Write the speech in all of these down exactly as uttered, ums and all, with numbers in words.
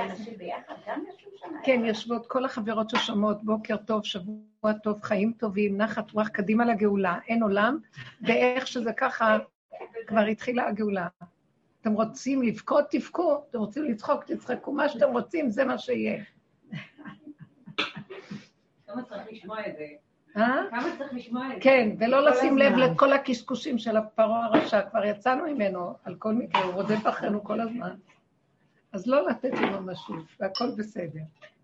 אנשים ביחד, גם יושבים שם. כן, יושבות כל החברות ששומעות, בוקר טוב, שבוע טוב, חיים טובים, נחת רוח, קדימה לגאולה, אין עולם, ואיך שזה ככה, כבר התחילה הגאולה. אתם רוצים לבכות, תבכו, אתם רוצים לצחוק, תצחקו, מה שאתם רוצים, זה מה שיהיה. כמה צריך לשמוע את זה? אה? כמה צריך לשמוע את זה? כן, ולא לשים לב לכל הקשקושים של הפרעה הרשע, כבר יצאנו ממנו, על כל מקרה, הוא רודף אחרינו כל הזמן. אז לא לתת לו ממשות, והכל בסדר.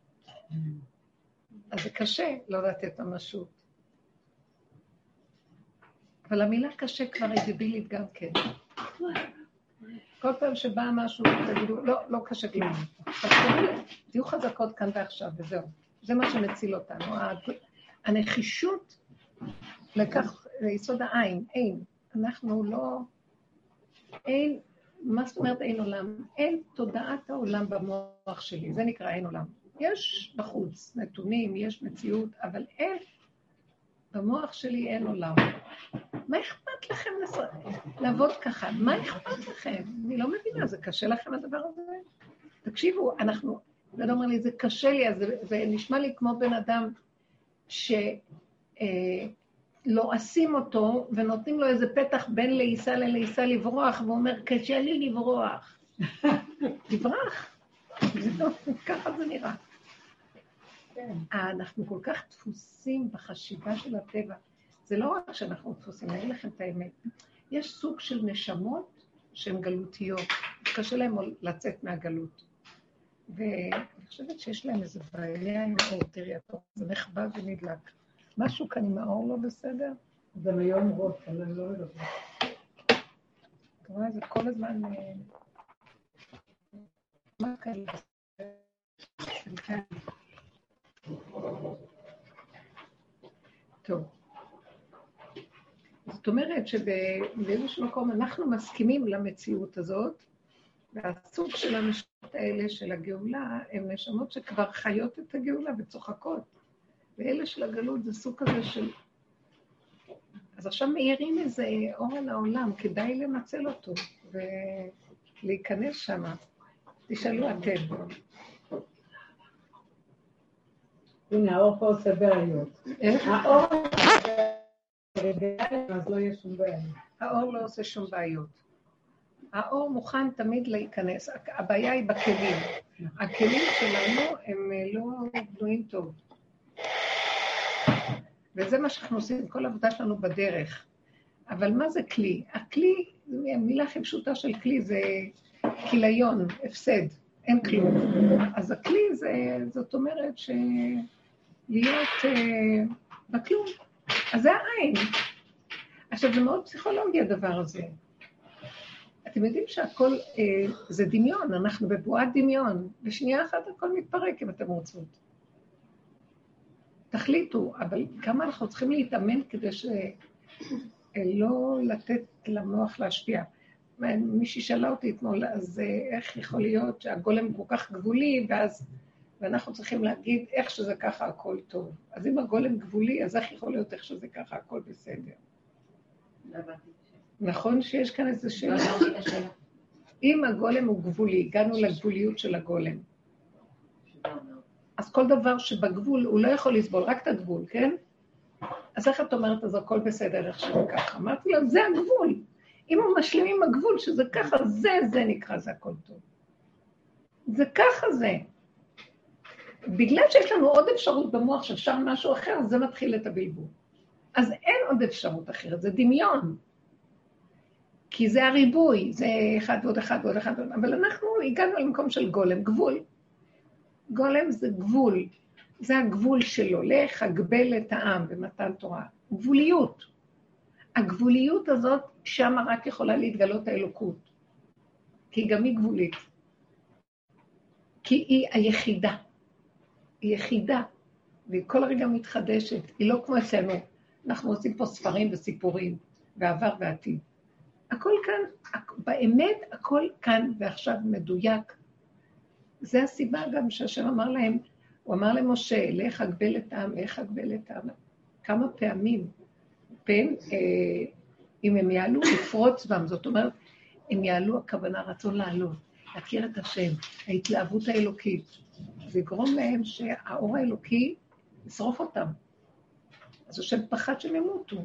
אז זה קשה לא לתת ממשות. אבל המילה קשה כבר היא דבילית גם כן. כל פעם שבא משהו, תגידו, לא, לא קשה כלום. תהיו חזקות כאן ועכשיו, וזהו. זה מה שמציל אותנו. הנחישות לקח ליסוד העין, אין. אנחנו לא... אין... מה זאת אומרת אין עולם? אין תודעת העולם במוח שלי, זה נקרא אין עולם. יש בחוץ נתונים, יש מציאות, אבל אין, במוח שלי אין עולם. מה אכפת לכם לעבוד ככה? מה אכפת לכם? אני לא מבינה, זה קשה לכם הדבר הזה? תקשיבו, אנחנו, זה לא אומר לי, זה קשה לי, אז זה, זה נשמע לי כמו בן אדם ש... אה, לא עשים אותו, ונותנים לו איזה פתח בין לעיסה ללעיסה לברוח, והוא אומר, קשה לי לברוח. לברח. ככה זה נראה. אנחנו כל כך דפוסים בחשיבה של הטבע. זה לא רק שאנחנו דפוסים, אני אגיד לכם את האמת. יש סוג של נשמות שהן גלותיות. קשה להם לצאת מהגלות. ואני חושבת שיש להם איזה בעיה עם האור, תראי, זה נחבא ונדלק. משהו כאן עם האור לא בסדר? זה מיום רוץ, אני לא מדבר. אתה רואה, זה כל הזמן... מה כאלה? טוב. זאת אומרת שבאיזשהו מקום אנחנו מסכימים למציאות הזאת, והסוג של הנשמות האלה של הגאולה, הן נשמות שכבר חיות את הגאולה וצוחקות. ואלה של הגלות זה סוג כזה של... אז עכשיו מאירים איזה אור על העולם, כדאי לנצל אותו ולהיכנס שם. תשאלו אתם. הנה, האור פה עושה בעיות. איך? האור אז לא יהיה שום בעיה. האור לא עושה שום בעיות. האור מוכן תמיד להיכנס. הבעיה היא בכלים. הכלים שלנו הם לא בנויים טוב. וזה מה שאנחנו עושים, כל העבודה שלנו בדרך. אבל מה זה כלי? הכלי, המילה הכי פשוטה של כלי זה כיליון, הפסד, אין כלום. אז הכלי זה, זאת אומרת שלהיות אה, בכלום. אז זה העין. עכשיו, זה מאוד פסיכולוגי הדבר הזה. אתם יודעים שהכל אה, זה דמיון, אנחנו בבועת דמיון, בשנייה אחת הכל מתפרק אם אתם רוצות. תחליטו, אבל כמה אנחנו צריכים להתאמן כדי שלא לתת למוח להשפיע. מישהי שאלה אותי אתמול, אז איך יכול להיות שהגולם כל כך גבולי, ואז, ואנחנו צריכים להגיד איך שזה ככה הכל טוב. אז אם הגולם גבולי, אז איך יכול להיות איך שזה ככה הכל בסדר? נכון שיש כאן איזה שאלה? אם הגולם הוא גבולי, הגענו לגבוליות של הגולם. אז כל דבר שבגבול הוא לא יכול לסבול, רק את הגבול, כן? אז איך את אומרת, אז הכל בסדר, איך שזה ככה? אמרתי לו, זה הגבול. אם הוא משלים עם הגבול שזה ככה, זה, זה נקרא, זה הכל טוב. זה ככה זה. בגלל שיש לנו עוד אפשרות במוח שאפשר משהו אחר, זה מתחיל את הבלבול. אז אין עוד אפשרות אחרת, זה דמיון. כי זה הריבוי, זה אחד ועוד אחד ועוד אחד, אבל אנחנו הגענו למקום של גולם, גבול. גולם זה גבול, זה הגבול שלו, לך הגבל את העם במתן תורה. גבוליות. הגבוליות הזאת, שם רק יכולה להתגלות האלוקות. כי גם היא גבולית. כי היא היחידה. היא יחידה, והיא כל רגע מתחדשת. היא לא כמו אצלנו. אנחנו עושים פה ספרים וסיפורים, ועבר ועתיד. הכל כאן, באמת הכל כאן ועכשיו מדויק. זה הסיבה גם שהשם אמר להם, הוא אמר למשה, לך הגבל את העם, לך הגבל את העם. כמה פעמים, פן, אה, אם הם יעלו, לפרוץ בם, זאת אומרת, הם יעלו, הכוונה רצון לעלות. להכיר את השם, ההתלהבות האלוקית. זה יגרום להם שהאור האלוקי ישרוף אותם. אז השם פחד שהם ימותו.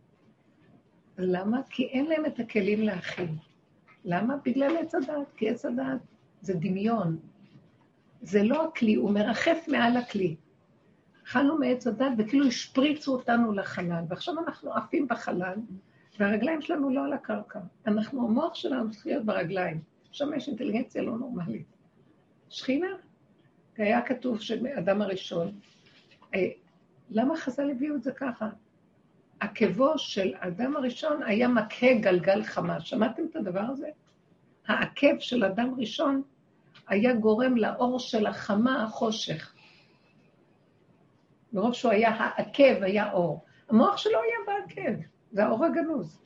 למה? כי אין להם את הכלים להכיל. למה? בגלל עץ הדעת. כי עץ הדעת זה דמיון. זה לא הכלי, הוא מרחף מעל הכלי. אכלנו מעץ הדעת וכאילו השפריצו אותנו לחלל, ועכשיו אנחנו עפים בחלל, והרגליים שלנו לא על הקרקע. אנחנו, המוח שלנו צריך להיות ברגליים. שם יש אינטליגנציה לא נורמלית. שכינה, היה כתוב שאדם הראשון, למה חז"ל הביאו את זה ככה? עקבו של אדם הראשון היה מכה גלגל חמה. שמעתם את הדבר הזה? העקב של אדם ראשון היה גורם לאור של החמה החושך. מרוב שהוא היה העקב, היה אור. המוח שלו היה בעקב, זה האור הגנוז.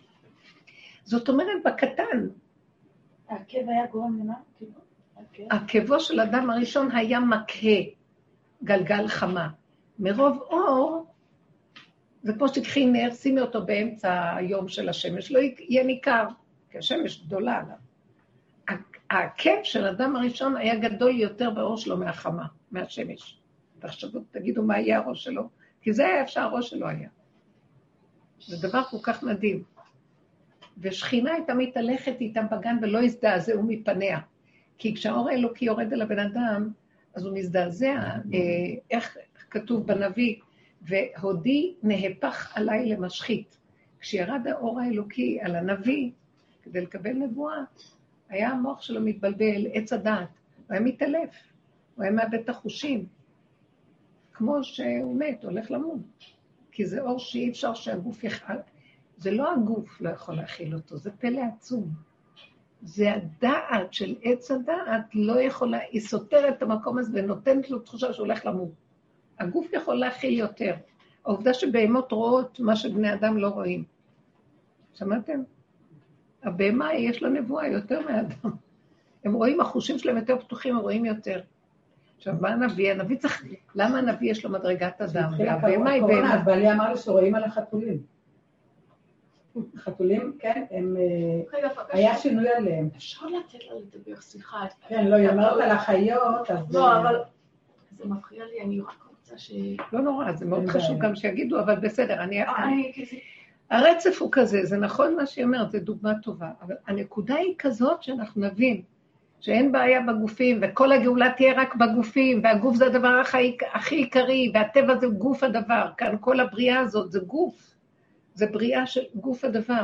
זאת אומרת, בקטן. העקב היה גורם למה? עקבו של אדם הראשון היה מכה גלגל חמה. מרוב אור, זה כמו שתקחי נר, שימי אותו באמצע היום של השמש, לא יהיה ניכר, כי השמש גדולה עליו. העקב של אדם הראשון היה גדול יותר באור שלו מהחמה, מהשמש. תחשבו, תגידו מה יהיה הראש שלו, כי זה היה אפשר הראש שלו היה. זה דבר כל כך מדהים. ושכינה הייתה מתהלכת איתם בגן ולא הזדעזעו מפניה. כי כשהאור האלוקי יורד על הבן אדם, אז הוא מזדעזע, אה, איך כתוב בנביא, והודי נהפך עליי למשחית. כשירד האור האלוקי על הנביא, כדי לקבל נבואה, היה המוח שלו מתבלבל, עץ הדעת, הוא היה מתעלף, הוא היה מאבד את החושים, כמו שהוא מת, הולך למות. כי זה אור שאי אפשר שהגוף יחל, זה לא הגוף לא יכול להכיל אותו, זה פלא עצום. זה הדעת של עץ הדעת לא יכולה, היא סותרת את המקום הזה ונותנת לו תחושה שהוא הולך למות. הגוף יכול להכיל יותר. העובדה שבהמות רואות מה שבני אדם לא רואים. שמעתם? הבהמה יש לה נבואה יותר מאדם. הם רואים, החושים שלהם יותר פתוחים, הם רואים יותר. עכשיו, מה הנביא? הנביא צריך, למה הנביא יש לו מדרגת אדם? והבהמה היא בהמה. בעלי אמר לי שרואים על החתולים. חתולים, כן, הם... היה שינוי עליהם. אפשר לתת לה לדבר, סליחה. כן, לא, היא אומרת על החיות, אז... לא, אבל... זה מפריע לי, אני רק רוצה ש... לא נורא, זה מאוד חשוב גם שיגידו, אבל בסדר, אני... הרצף הוא כזה, זה נכון מה שהיא אומרת, זה דוגמה טובה, אבל הנקודה היא כזאת שאנחנו נבין, שאין בעיה בגופים, וכל הגאולה תהיה רק בגופים, והגוף זה הדבר הכי, הכי עיקרי, והטבע זה גוף הדבר, כאן כל הבריאה הזאת זה גוף, זה בריאה של גוף הדבר.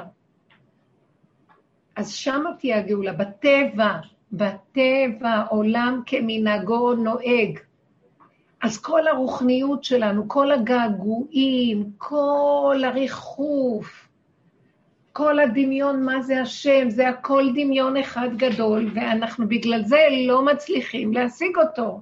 אז שמה תהיה הגאולה, בטבע, בטבע, עולם כמנהגו נוהג. אז כל הרוחניות שלנו, כל הגעגועים, כל הריחוף, כל הדמיון, מה זה השם, זה הכל דמיון אחד גדול, ואנחנו בגלל זה לא מצליחים להשיג אותו.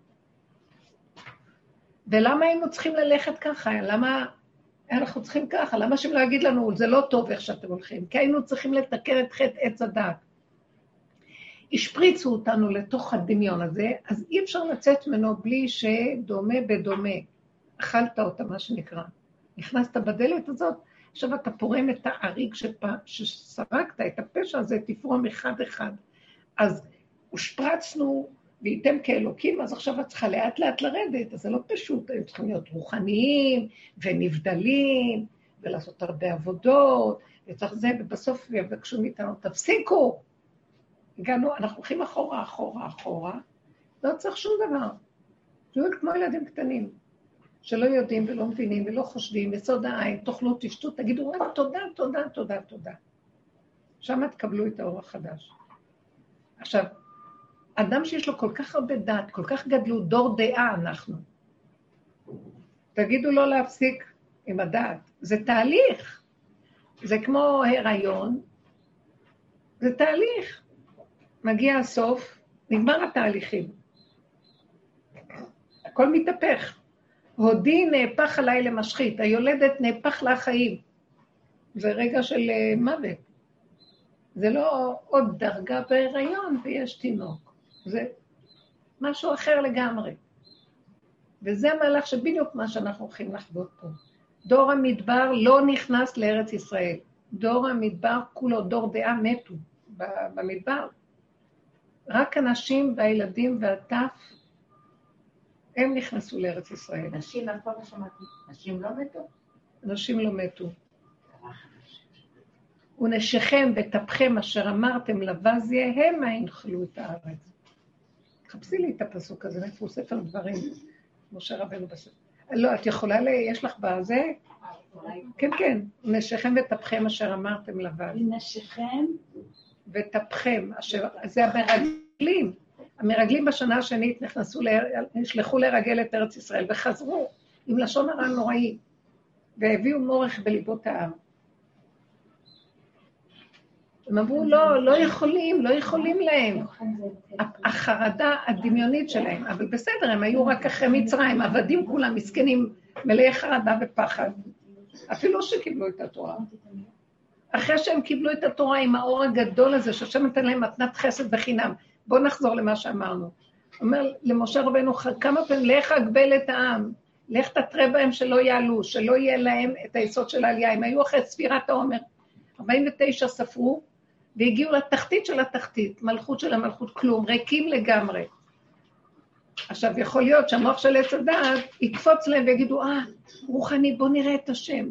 ולמה היינו צריכים ללכת ככה? למה אנחנו צריכים ככה? למה שהם לא יגיד לנו, זה לא טוב איך שאתם הולכים? כי היינו צריכים לתקן את חטא עץ הדעת. השפריצו אותנו לתוך הדמיון הזה, אז אי אפשר לצאת ממנו בלי שדומה בדומה. אכלת אותה, מה שנקרא. נכנסת בדלת הזאת, עכשיו אתה פורם את האריג שסרקת, את הפשע הזה, תפרום אחד אחד. אז הושפרצנו והייתם כאלוקים, אז עכשיו את צריכה לאט לאט לרדת, אז זה לא פשוט, הם צריכים להיות רוחניים ונבדלים, ולעשות הרבה עבודות, וצריך זה, ובסוף יבקשו מאיתנו, תפסיקו! הגענו, אנחנו הולכים אחורה, אחורה, אחורה, לא צריך שום דבר. תהיו כמו ילדים קטנים, שלא יודעים ולא מבינים ולא חושבים, בסוד העין, תאכלו, תשתו, תגידו רק תודה, תודה, תודה, תודה. שם תקבלו את האור החדש. עכשיו, אדם שיש לו כל כך הרבה דעת, כל כך גדלו, דור דעה אנחנו. תגידו לא להפסיק עם הדעת. זה תהליך. זה כמו הריון, זה תהליך. מגיע הסוף, נגמר התהליכים. הכל מתהפך. הודי נהפך עליי למשחית, היולדת נהפך לה חיים. זה רגע של מוות. זה לא עוד דרגה בהיריון ויש תינוק. זה משהו אחר לגמרי. וזה המהלך שבדיוק מה שאנחנו הולכים לחוות פה. דור המדבר לא נכנס לארץ ישראל. דור המדבר כולו, דור דעה מתו במדבר. רק הנשים והילדים והטף, הם נכנסו לארץ ישראל. נשים, אף פעם לא שמעתי. נשים לא מתו? נשים לא מתו. ונשיכם וטפכם אשר אמרתם לבזיה, המה ינחלו את הארץ. חפשי לי את הפסוק הזה, איפה הוא ספר דברים, משה רבנו בספר. לא, את יכולה ל... יש לך בזה? כן, כן. ונשיכם וטפכם אשר אמרתם לבזיה. ונשיכם וטפכם, אשר... זה המרגלים. המרגלים בשנה השנית נכנסו, נשלחו לרגל את ארץ ישראל, וחזרו עם לשון הרע נוראי, והביאו מורך בליבות העם. הם אמרו, לא, לא יכולים, לא יכולים להם. החרדה הדמיונית שלהם, אבל בסדר, הם היו רק אחרי מצרים, עבדים כולם, מסכנים, מלאי חרדה ופחד. אפילו שקיבלו את התורה. אחרי שהם קיבלו את התורה עם האור הגדול הזה, שהשם נתן להם מתנת חסד בחינם. בואו נחזור למה שאמרנו. אומר למשה רבנו, כמה פעמים, לך אגבל את העם, לך תתרה בהם שלא יעלו, שלא יהיה להם את היסוד של העלייה. הם היו אחרי ספירת העומר, ארבעים ותשע ספרו, והגיעו לתחתית של התחתית, מלכות של המלכות, כלום, ריקים לגמרי. עכשיו, יכול להיות שהמוח של עץ הדעת יקפוץ להם ויגידו, אה, רוחני, בוא נראה את השם.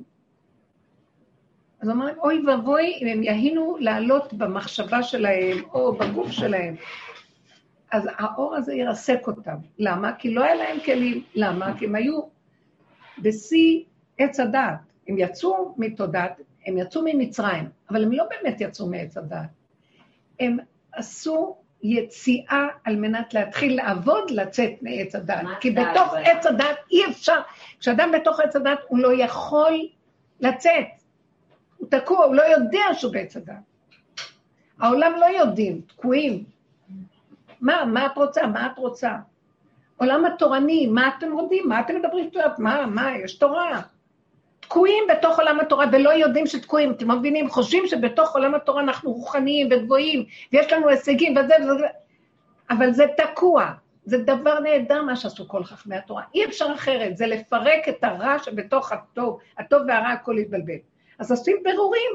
אז אומרים, אוי ובוי, אם הם יהינו לעלות במחשבה שלהם, או בגוף שלהם, אז האור הזה ירסק אותם. למה? כי לא היה להם כלים. למה? כי הם היו בשיא עץ הדעת. הם יצאו מתודעת, הם יצאו ממצרים, אבל הם לא באמת יצאו מעץ הדעת. הם עשו יציאה על מנת להתחיל לעבוד, לצאת מעץ הדעת. כי בתוך עץ הדעת אי אפשר, כשאדם בתוך עץ הדעת הוא לא יכול לצאת. הוא תקוע, הוא לא יודע שהוא בעץ הדעת. העולם לא יודעים, תקועים. מה, מה את רוצה? מה את רוצה? עולם התורני, מה אתם יודעים? מה אתם מדברים? מה, מה, יש תורה. תקועים בתוך עולם התורה, ולא יודעים שתקועים, אתם מבינים, חושבים שבתוך עולם התורה אנחנו רוחניים וגבוהים, ויש לנו הישגים וזה וזה, אבל זה תקוע, זה דבר נהדר מה שעשו כל חכמי התורה, אי אפשר אחרת, זה לפרק את הרע שבתוך הטוב, הטוב והרע הכל יתבלבל. אז עושים ברורים,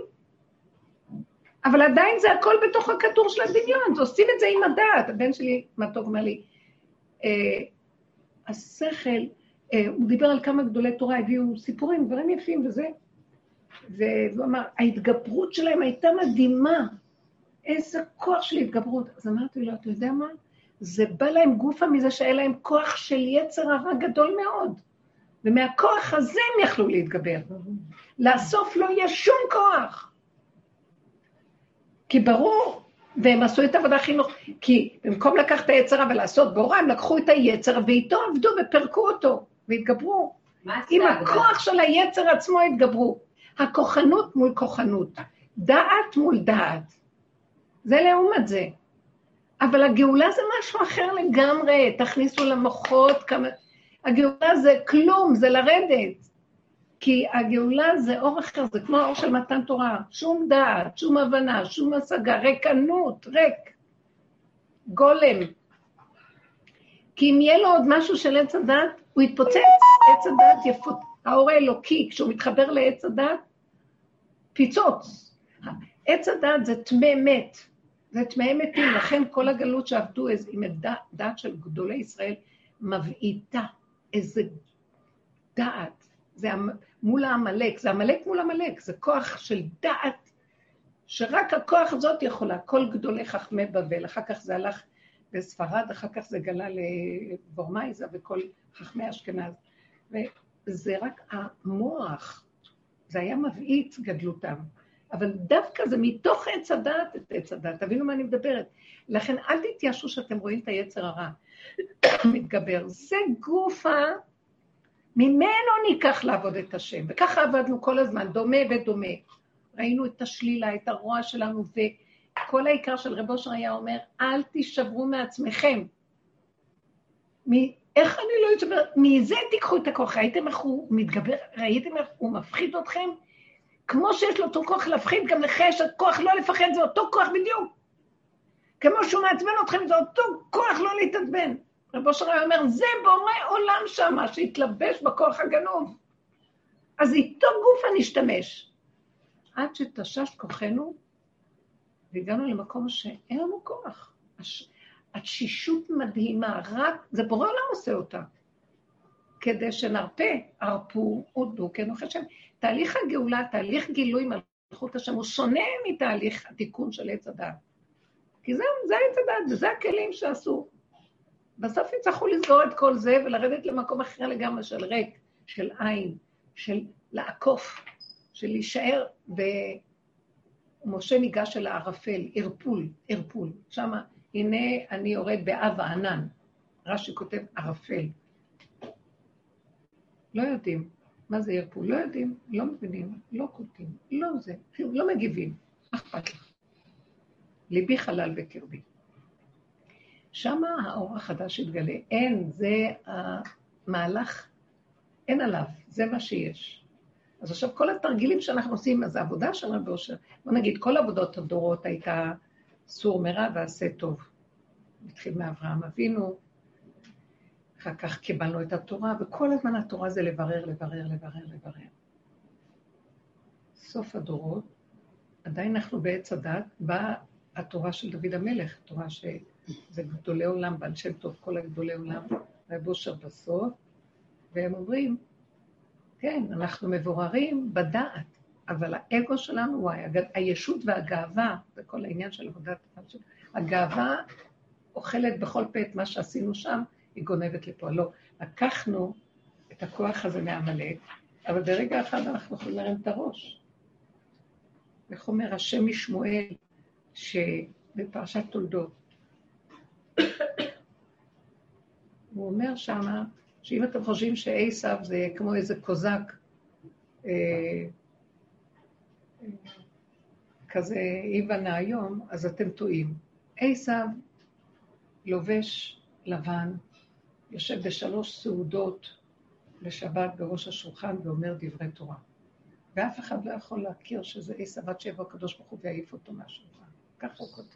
אבל עדיין זה הכל בתוך הכדור של הדמיון, זה עושים את זה עם הדעת. הבן שלי, מתוק, אומר לי, אה, השכל, אה, הוא דיבר על כמה גדולי תורה, הביאו סיפורים, דברים יפים וזה, והוא אמר, ההתגברות שלהם הייתה מדהימה, איזה כוח של התגברות. אז אמרתי לו, אתה יודע מה? זה בא להם גופה מזה שהיה להם כוח של יצר הרע גדול מאוד, ומהכוח הזה הם יכלו להתגבר. לאסוף לא יהיה שום כוח. כי ברור, והם עשו את העבודה חינוך, כי במקום לקחת את היצר ולעשות בורא, הם לקחו את היצר ואיתו עבדו ופרקו אותו, והתגברו. עם הכוח של היצר עצמו התגברו. הכוחנות מול כוחנות, דעת מול דעת. זה לעומת זה. אבל הגאולה זה משהו אחר לגמרי, תכניסו למוחות כמה... הגאולה זה כלום, זה לרדת. כי הגאולה זה אור אחר, זה כמו האור של מתן תורה, שום דעת, שום הבנה, שום השגה, ריקנות, ריק, גולם. כי אם יהיה לו עוד משהו של עץ הדעת, הוא יתפוצץ, עץ הדעת יפות, האור האלוקי, כשהוא מתחבר לעץ הדעת, פיצוץ. עץ הדעת זה תמי מת, זה תמי מתים, לכן כל הגלות שעבדו עם הדעת של גדולי ישראל, מבעיטה איזה דעת. זה מול המלאק, זה המלאק מול המלאק, זה כוח של דעת, שרק הכוח הזאת יכולה, כל גדולי חכמי בבל, אחר כך זה הלך לספרד, אחר כך זה גלה לבורמייזה וכל חכמי אשכנז, וזה רק המוח, זה היה מבעית גדלותם, אבל דווקא זה מתוך עץ הדעת, את עץ הדעת, תבינו מה אני מדברת, לכן אל תתייאשו שאתם רואים את היצר הרע, מתגבר, זה גופה, ממנו ניקח לעבוד את השם, וככה עבדנו כל הזמן, דומה ודומה. ראינו את השלילה, את הרוע שלנו, וכל העיקר של רב אושר היה אומר, אל תישברו מעצמכם. מ- איך אני לא אשבר? מזה תיקחו את הכוח, ראיתם איך הוא מתגבר, ראיתם איך הוא מפחיד אתכם? כמו שיש לו אותו כוח להפחיד, גם לך יש כוח לא לפחד, זה אותו כוח בדיוק. כמו שהוא מעצבן אתכם, זה אותו כוח לא להתעצבן. רב אושר אומר, זה בורא עולם שם, שהתלבש בכוח הגנוב. אז איתו גופה נשתמש. עד שתשש כוחנו, והגענו למקום שאין לנו כוח. הש... התשישות מדהימה, רק, זה בורא עולם עושה אותה. כדי שנרפה, הרפו, הודו, כן, הוא חשב. תהליך הגאולה, תהליך גילוי מלכות השם, הוא שונה מתהליך התיקון של עץ הדעת. כי זה, זה עץ הדעת, וזה הכלים שעשו. בסוף יצטרכו לסגור את כל זה, ולרדת למקום אחר לגמרי של ריק, של עין, של לעקוף, של להישאר, ומשה ניגש אל הערפל, ערפול, ערפול. שמה, הנה אני יורד באב הענן. רש"י כותב ערפל. לא יודעים מה זה ערפול, לא יודעים, לא מבינים, לא קולטים, לא זה, לא מגיבים, אכפת לך. ליבי חלל בקרבי. שמה האור החדש התגלה, אין, זה המהלך, אין עליו, זה מה שיש. אז עכשיו כל התרגילים שאנחנו עושים, אז העבודה שלנו באושר, בוא נגיד, כל עבודות הדורות הייתה סור מרע ועשה טוב. התחיל מאברהם אבינו, אחר כך קיבלנו את התורה, וכל הזמן התורה זה לברר, לברר, לברר, לברר. סוף הדורות, עדיין אנחנו בעץ הדת, באה התורה של דוד המלך, תורה שזה גדולי עולם, בעל שם טוב, כל הגדולי עולם, והבושר בסוף, והם אומרים, כן, אנחנו מבוררים בדעת, אבל האגו שלנו הוא הישות והגאווה, זה כל העניין של עבודת, הגאווה אוכלת בכל פה את מה שעשינו שם, היא גונבת לפה. לא, לקחנו את הכוח הזה מהמלך, אבל ברגע אחד אנחנו יכולים להרים את הראש. איך אומר השם משמואל, שבפרשת תולדות, הוא אומר שמה, שאם אתם חושבים שעשיו זה כמו איזה קוזק, אה, אה, כזה איבנה היום, אז אתם טועים. עשיו לובש לבן, יושב בשלוש סעודות לשבת בראש השולחן ואומר דברי תורה. ואף אחד לא יכול להכיר שזה עשיו עד שיבוא הקדוש ברוך הוא ויעיף אותו מהשולחן. ככה הוא כותב.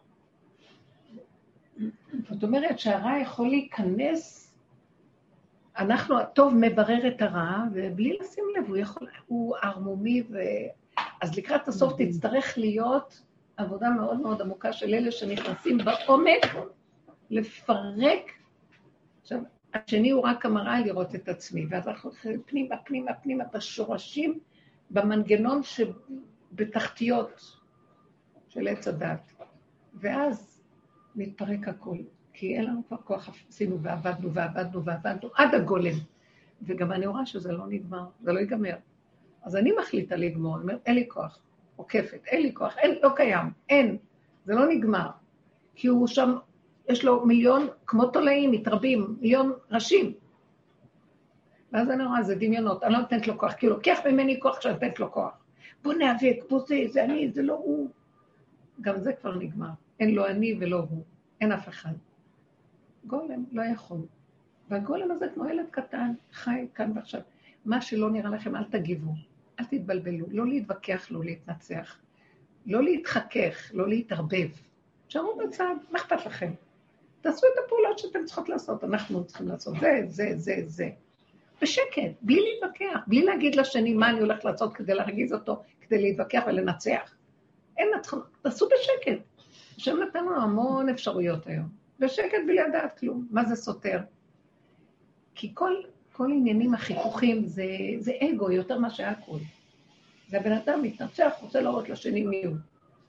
זאת אומרת שהרע יכול להיכנס, אנחנו הטוב מברר את הרע, ובלי לשים לב, הוא יכול, הוא ערמומי, ו... אז לקראת הסוף תצטרך להיות עבודה מאוד מאוד עמוקה של אלה שנכנסים בעומק, לפרק. עכשיו, השני הוא רק המראה לראות את עצמי, ואז אנחנו פנימה, פנימה, פנימה, את השורשים במנגנון שבתחתיות של עץ הדת. ואז מתפרק הכל, כי אין לנו כבר כוח, עשינו ועבדנו ועבדנו ועבדנו עד הגולם. וגם אני רואה שזה לא נגמר, זה לא ייגמר. אז אני מחליטה לגמור, אני אומרת, אין לי כוח, עוקפת, אין לי כוח, אין, לא קיים, אין, זה לא נגמר. כי הוא שם, יש לו מיליון, כמו תולעים, מתרבים, מיליון ראשים. ואז אני רואה, זה דמיונות, אני לא נותנת לו כוח, כי הוא לוקח ממני כוח שאני נותנת לו כוח. בוא נאבק, בוא זה, זה אני, זה לא הוא. גם זה כבר נגמר. אין לו אני ולא הוא. אין אף אחד. גולם לא יכול. והגולם הזה כמו ילד קטן, חי כאן ועכשיו. מה שלא נראה לכם, אל תגיבו. אל תתבלבלו. לא להתווכח, לא להתנצח. לא להתחכך, לא להתערבב. תשארו בצד, מה אכפת לכם? תעשו את הפעולות שאתם צריכות לעשות. אנחנו צריכים לעשות זה, זה, זה, זה. בשקט, בלי להתווכח, בלי להגיד לשני מה אני הולך לעשות כדי להרגיז אותו, כדי להתווכח ולנצח. אין, תעשו בשקט. השם נתן לנו המון אפשרויות היום. בשקט בלי לדעת כלום. מה זה סותר? כי כל, כל עניינים החיכוכים זה, זה אגו יותר מה שהכל. זה הבן אדם מתנצח, רוצה לראות לשני מי הוא.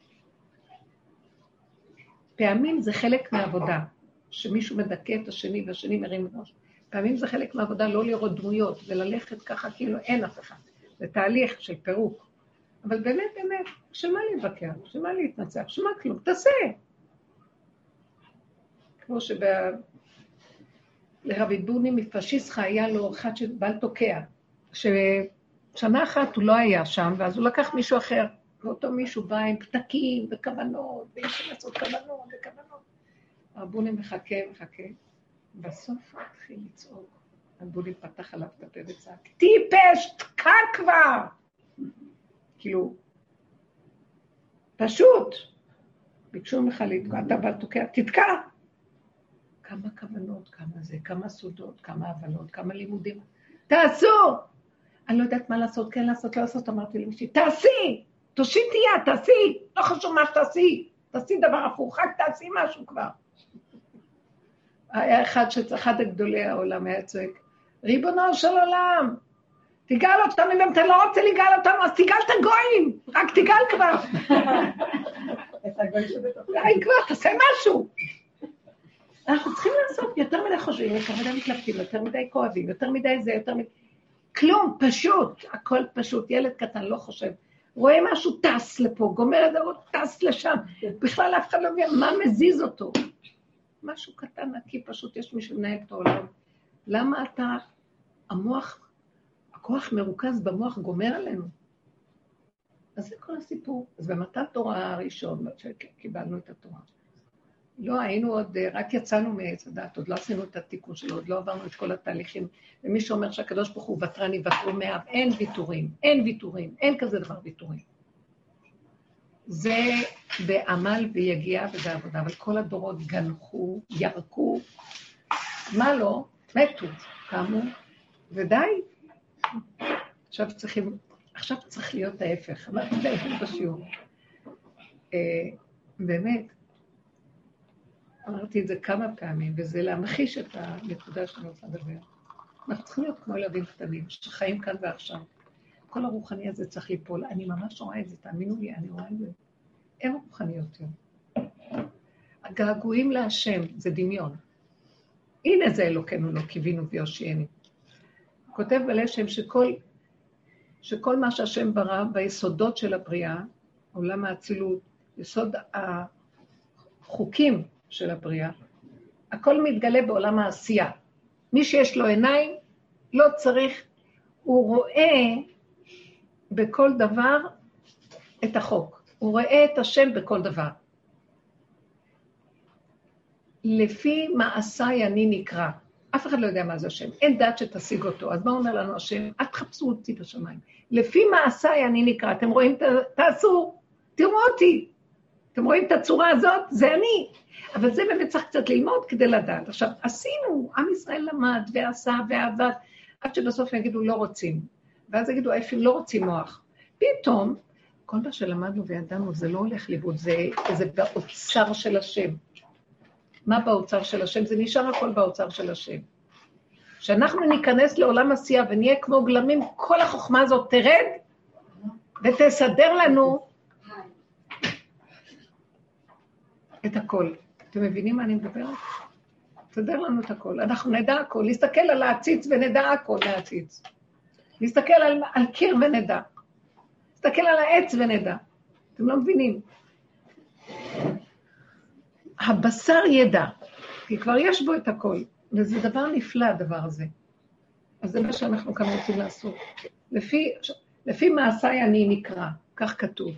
פעמים זה חלק מהעבודה, שמישהו מדכא את השני והשני מרים ראש. פעמים זה חלק מהעבודה לא לראות דמויות וללכת ככה כאילו אין אף אחד. זה תהליך של פירוק. אבל באמת, באמת, שמה להתווכח? שמה להתנצח? שמה כלום? תעשה. כמו שב... לרבי בוני מפשיסחה היה לו אחד שבעל תוקע, ששנה אחת הוא לא היה שם, ואז הוא לקח מישהו אחר, ואותו מישהו בא עם פתקים וכוונות, ואיש לעשות כוונות וכוונות. רבי בוני מחכה ומחכה, בסוף הוא התחיל לצעוק. רבי בוני פתח עליו את הפה וצעק, טיפש, תקע כבר! כאילו, פשוט, ביקשו ממך לתקוע, אתה בעל תוקע, תתקע! כמה כוונות, כמה זה, כמה סודות, כמה הבנות, כמה לימודים. תעשו! אני לא יודעת מה לעשות, כן לעשות, לא לעשות, אמרתי למישהי, תעשי! תושיטי יד, תעשי! לא חשוב מה שתעשי! תעשי דבר הפוך, רק תעשי משהו כבר. היה אחד, אחד הגדולי העולם היה צועק, ריבונו של עולם, תגאל אותנו, אם אתה לא רוצה לגאל אותנו, אז תגאל את הגויים, רק תגאל כבר. את הגוי שבתוך. די כבר, תעשה משהו. אנחנו צריכים לעשות יותר מדי חושבים, יותר מדי מתלבטים, יותר מדי כואבים, יותר מדי זה, יותר מדי... כלום, פשוט, הכל פשוט, ילד קטן לא חושב. רואה משהו טס לפה, גומר את זה, הוא טס לשם. בכלל אף אחד לא מבין, מה מזיז אותו? משהו קטן, כי פשוט יש מי שמנהל את העולם. למה אתה, המוח, הכוח מרוכז במוח גומר עלינו? אז זה כל הסיפור. אז במתן תורה הראשון, שקיבלנו את התורה. לא, היינו עוד, רק יצאנו מעץ הדת, עוד לא עשינו את התיקון שלו, עוד לא עברנו את כל התהליכים. ומי שאומר שהקדוש ברוך הוא ותרני ותרו מאב, אין ויתורים, אין ויתורים, אין כזה דבר ויתורים. זה בעמל ויגיע ובעבודה, אבל כל הדורות גנחו, ירקו, מה לא? מתו, קמו, ודי. עכשיו צריכים, עכשיו צריך להיות ההפך, אמרתי להפך בשיעור. באמת, אמרתי את זה כמה פעמים, וזה להמחיש את הנקודה שאני רוצה לדבר. אנחנו צריכים להיות כמו ילדים קטנים, שחיים כאן ועכשיו. כל הרוחני הזה צריך ליפול. אני ממש רואה את זה, תאמינו לי, אני רואה את זה. אין רוחני יותר. הגעגועים להשם, זה דמיון. הנה זה אלוקינו, לא קיווינו ויושיינו. כותב בלשם שכל, שכל מה שהשם ברא ביסודות של הבריאה, עולם האצילות, יסוד החוקים של הבריאה, הכל מתגלה בעולם העשייה. מי שיש לו עיניים, לא צריך, הוא רואה בכל דבר את החוק. הוא רואה את השם בכל דבר. לפי מעשיי אני נקרא. אף אחד לא יודע מה זה השם. אין דת שתשיג אותו. אז מה אומר לנו השם? את תחפשו אותי בשמיים. לפי מעשיי אני נקרא. אתם רואים, תעשו, תראו אותי. אתם רואים את הצורה הזאת? זה אני. אבל זה באמת צריך קצת ללמוד כדי לדעת. עכשיו, עשינו, עם ישראל למד ועשה ועבד, עד שבסוף יגידו לא רוצים. ואז יגידו, איפה לא רוצים מוח. פתאום, כל מה שלמדנו וידענו, זה לא הולך ליבוד, זה, זה באוצר של השם. מה באוצר של השם? זה נשאר הכל באוצר של השם. שאנחנו ניכנס לעולם עשייה ונהיה כמו גלמים, כל החוכמה הזאת תרד ותסדר לנו את הכל. אתם מבינים מה אני מדברת? תסדר לנו את הכל. אנחנו נדע הכל, להסתכל על העציץ ונדע הכל להציץ. להסתכל על, על קיר ונדע. להסתכל על העץ ונדע. אתם לא מבינים. הבשר ידע, כי כבר יש בו את הכל, וזה דבר נפלא הדבר הזה. אז זה מה שאנחנו כאן רוצים לעשות. לפי, לפי מעשיי אני נקרא, כך כתוב.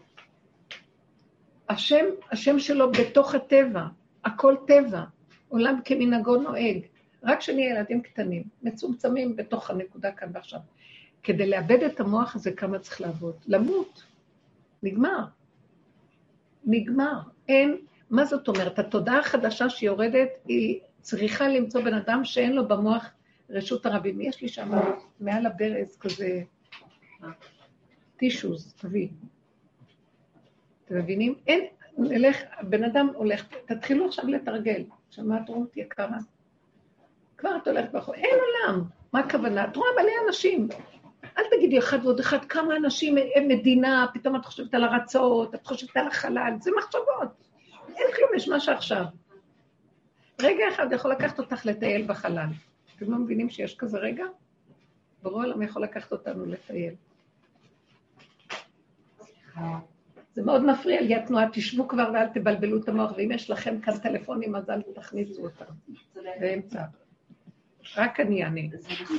השם, השם שלו בתוך הטבע, הכל טבע, עולם כמנהגו נוהג, רק שנהיה ילדים קטנים, מצומצמים בתוך הנקודה כאן ועכשיו. כדי לאבד את המוח הזה כמה צריך לעבוד, למות, נגמר, נגמר, אין, מה זאת אומרת? התודעה החדשה שיורדת היא צריכה למצוא בן אדם שאין לו במוח רשות הרבים. יש לי שם מעל הברז כזה טישוז, תביא. אתם מבינים? אין, נלך, בן אדם הולך, תתחילו עכשיו לתרגל. שמעת רות יקרה? כבר את הולכת בחור, אין עולם. מה הכוונה? את רואה מלא אנשים. אל תגידי אחד ועוד אחד, כמה אנשים הם מדינה, פתאום את חושבת על הרצות, את חושבת על החלל, זה מחשבות. אין כלום, יש מה שעכשיו. רגע אחד יכול לקחת אותך לטייל בחלל. אתם לא מבינים שיש כזה רגע? ברור למה יכול לקחת אותנו לטייל. זה מאוד מפריע לי התנועה, תשבו כבר ואל תבלבלו את המוח, ואם יש לכם כאן טלפונים, אז אל תכניסו אותם. באמצע. רק אני אני.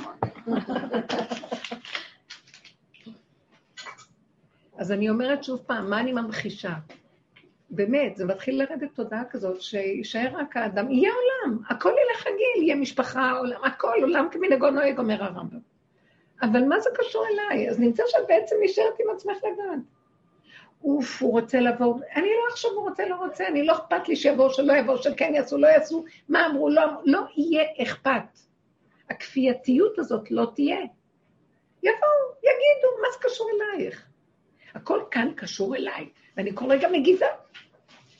אז אני אומרת שוב פעם, מה אני ממחישה? באמת, זה מתחיל לרדת תודעה כזאת, שישאר רק האדם, יהיה עולם, הכל ילך רגיל, יהיה משפחה, עולם, הכל, עולם כמנהגו נוהג, אומר הרמב"ם. אבל מה זה קשור אליי? אז נמצא שאת בעצם נשארת עם עצמך לבד. אוף, הוא רוצה לבוא, אני לא עכשיו הוא רוצה, לא רוצה, אני לא אכפת לי שיבוא, שלא יבוא, שכן יעשו, לא יעשו, מה אמרו, לא, לא יהיה אכפת. הכפייתיות הזאת לא תהיה. יבואו, יגידו, מה זה קשור אלייך? הכל כאן קשור אליי, ואני כל רגע מגיבה.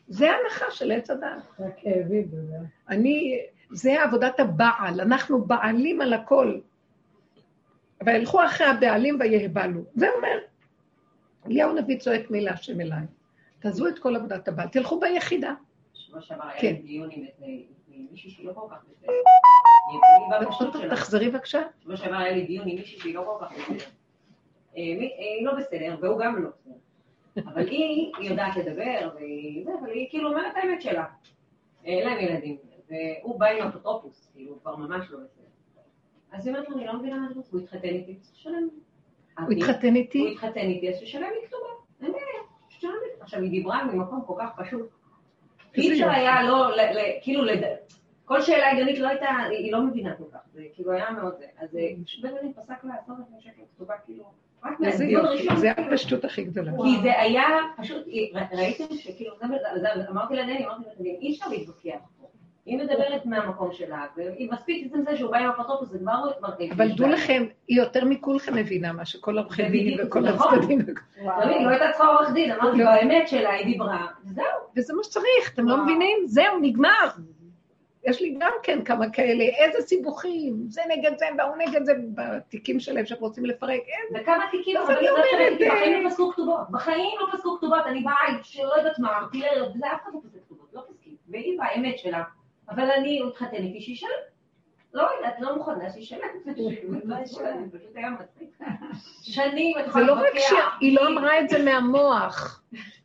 זה ההנחה של עץ הדעת. רק כאבים, אני, זה עבודת הבעל, אנחנו בעלים על הכל. וילכו אחרי הבעלים ויהבלו. זה אומר, אליהו נביא צועק מילה השם אליי. תעזבו את כל עבודת הבעל, תלכו ביחידה. שבוע שעבר היה לי דיון עם מישהי שהיא לא כל כך בסדר. תחזרי בבקשה. שבוע שעבר היה לי דיון עם מישהי שהיא לא כל כך בסדר. היא לא בסדר, והוא גם לא בסדר. אבל היא יודעת לדבר, אבל היא כאילו אומרת האמת שלה. אין להם ילדים, והוא בא עם אפוטרופוס, כאילו הוא כבר ממש לא בסדר. אז היא אומרת לו, אני לא מבינה מה זה, הוא התחתן איתי, צריך לשלם. הוא התחתן איתי? הוא התחתן איתי, אז ששלם לי כתובה. אין בעיה, ששלם לי. עכשיו, היא דיברה ממקום כל כך פשוט. אי אפשר היה לא, כאילו, כל שאלה הגיונית לא הייתה, היא לא מבינה כל כך, זה כאילו היה מאוד זה. אז בית הדין פסק לעשות את מה שקל כתובה, כאילו, רק מהדיון ראשון. זה הפשטות הכי גדולה. כי זה היה פשוט, ראיתם שכאילו, אמרתי לדני, אמרתי לדני, אי אפשר להתווכח פה. היא מדברת מהמקום שלה, והיא מספיק עצם זה שהוא בא עם הפרטופוס, זה כבר... אבל דעו לכם, היא יותר מכולכם מבינה מה שכל עורכי דין וכל הצדדים. לא הייתה צריכה עורך דין, אמרתי, באמת שלה, היא דיברה, זהו. וזה מה שצריך, אתם לא מבינים? זהו, נגמר. יש לי גם כן כמה כאלה, איזה סיבוכים, זה נגד זה, והוא נגד זה, בתיקים שלהם שאנחנו רוצים לפרק, איזה... וכמה תיקים, אבל אני אומרת, בחיים לא פסקו כתובות, בחיים לא פסקו כתובות, אני באה, שלא יודעת מה, תראה, וזה אף אחד לא פסק כתובות, לא פסקים, והיא באמת שלה, אבל אני התחתן איתי שישלם, לא יודעת, לא מוכנה שישלם, פשוט היה מצחיק, שנים, זה לא רק שהיא לא אמרה את זה מהמוח,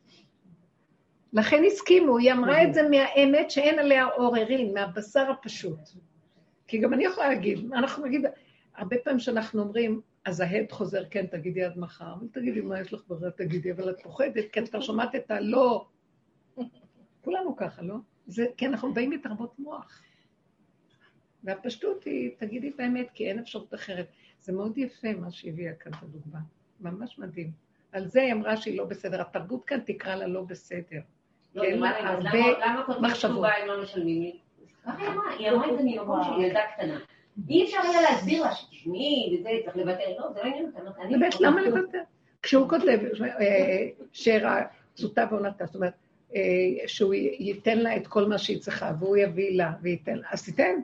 לכן הסכימו, היא אמרה את זה מהאמת שאין עליה עוררין, מהבשר הפשוט. כי גם אני יכולה להגיד, אנחנו נגיד, הרבה פעמים שאנחנו אומרים, אז ההד חוזר, כן, תגידי עד מחר, אבל תגידי מה יש לך ברירה, תגידי, אבל את פוחדת, כן, אתה שומעת את הלא. כולנו ככה, לא? זה, כן, אנחנו באים מתרבות מוח. והפשטות היא, תגידי באמת, כי אין אפשרות אחרת. זה מאוד יפה מה שהביאה כאן את הדוגמה. ממש מדהים. על זה היא אמרה שהיא לא בסדר. התרבות כאן תקרא לה לא בסדר. למה כותבים כתובה אם לא משלמים לי? ככה היא אמרה, היא אמרה את זה ממקום של ילדה קטנה. אי אפשר היה להסביר לה שתשמעי וזה, צריך לבטל, לא, זה לא עניין אותה. באמת, למה לבטל? כשהוא כותב שרה צוטה ועונתה, זאת אומרת, שהוא ייתן לה את כל מה שהיא צריכה, והוא יביא לה וייתן לה, אז תיתן.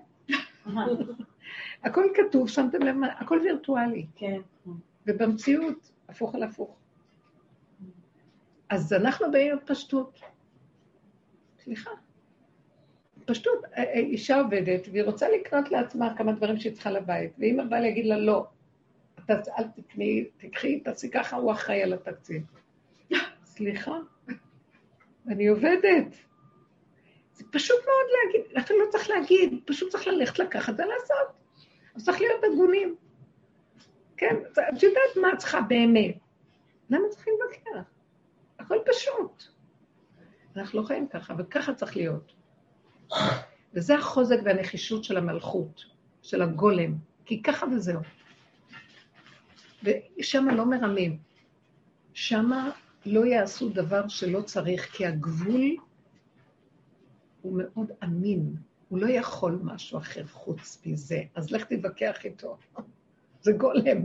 הכל כתוב, שמתם לב, הכל וירטואלי. כן. ובמציאות, הפוך על הפוך. אז אנחנו באים בפשטות. סליחה. פשטות, אישה עובדת, והיא רוצה לקנות לעצמה כמה דברים שהיא צריכה לבית, ואמא באה להגיד לה, לא, אתה, אל תקני, תקחי, תעשי ככה, הוא אחראי על התקציב. סליחה, אני עובדת. זה פשוט מאוד להגיד, לכן לא צריך להגיד, פשוט צריך ללכת לקחת ולעשות. אז צריך להיות הגונים. כן, את יודעת מה צריכה באמת. למה צריכים לבקר? הכל פשוט. אנחנו לא חיים ככה, וככה צריך להיות. וזה החוזק והנחישות של המלכות, של הגולם, כי ככה וזהו. ושם לא מרמים. שם לא יעשו דבר שלא צריך, כי הגבול הוא מאוד אמין. הוא לא יכול משהו אחר חוץ מזה. אז לך תתווכח איתו. זה גולם.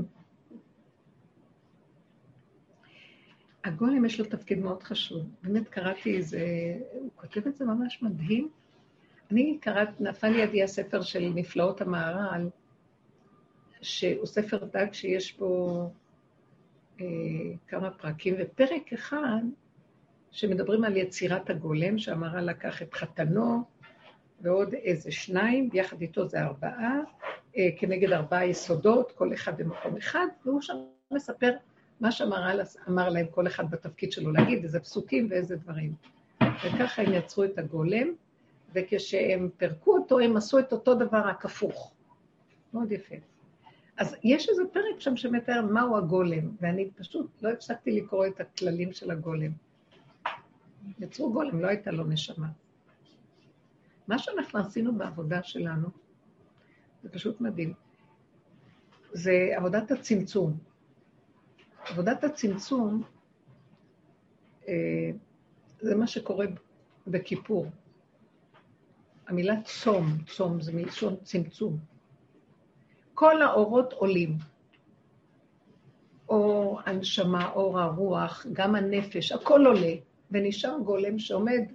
הגולם יש לו תפקיד מאוד חשוב. באמת קראתי איזה, הוא כותב את זה ממש מדהים. אני קראת, נפל לידי הספר של נפלאות המהר"ל, שהוא ספר דק שיש בו אה, כמה פרקים, ופרק אחד שמדברים על יצירת הגולם, שהמהר"ל לקח את חתנו, ועוד איזה שניים, ביחד איתו זה ארבעה, אה, כנגד ארבעה יסודות, כל אחד במקום אחד, והוא שם מספר מה שהמהר"ל אמר להם כל אחד בתפקיד שלו, להגיד איזה פסוקים ואיזה דברים. וככה הם יצרו את הגולם, וכשהם פרקו אותו, הם עשו את אותו דבר רק הפוך. מאוד יפה. אז יש איזה פרק שם שמתאר מהו הגולם, ואני פשוט לא הפסקתי לקרוא את הכללים של הגולם. יצרו גולם, לא הייתה לו נשמה. מה שאנחנו עשינו בעבודה שלנו, זה פשוט מדהים. זה עבודת הצמצום. עבודת הצמצום, זה מה שקורה בכיפור. המילה צום, צום זה מלשון צמצום. כל האורות עולים. אור הנשמה, אור הרוח, גם הנפש, הכל עולה, ונשאר גולם שעומד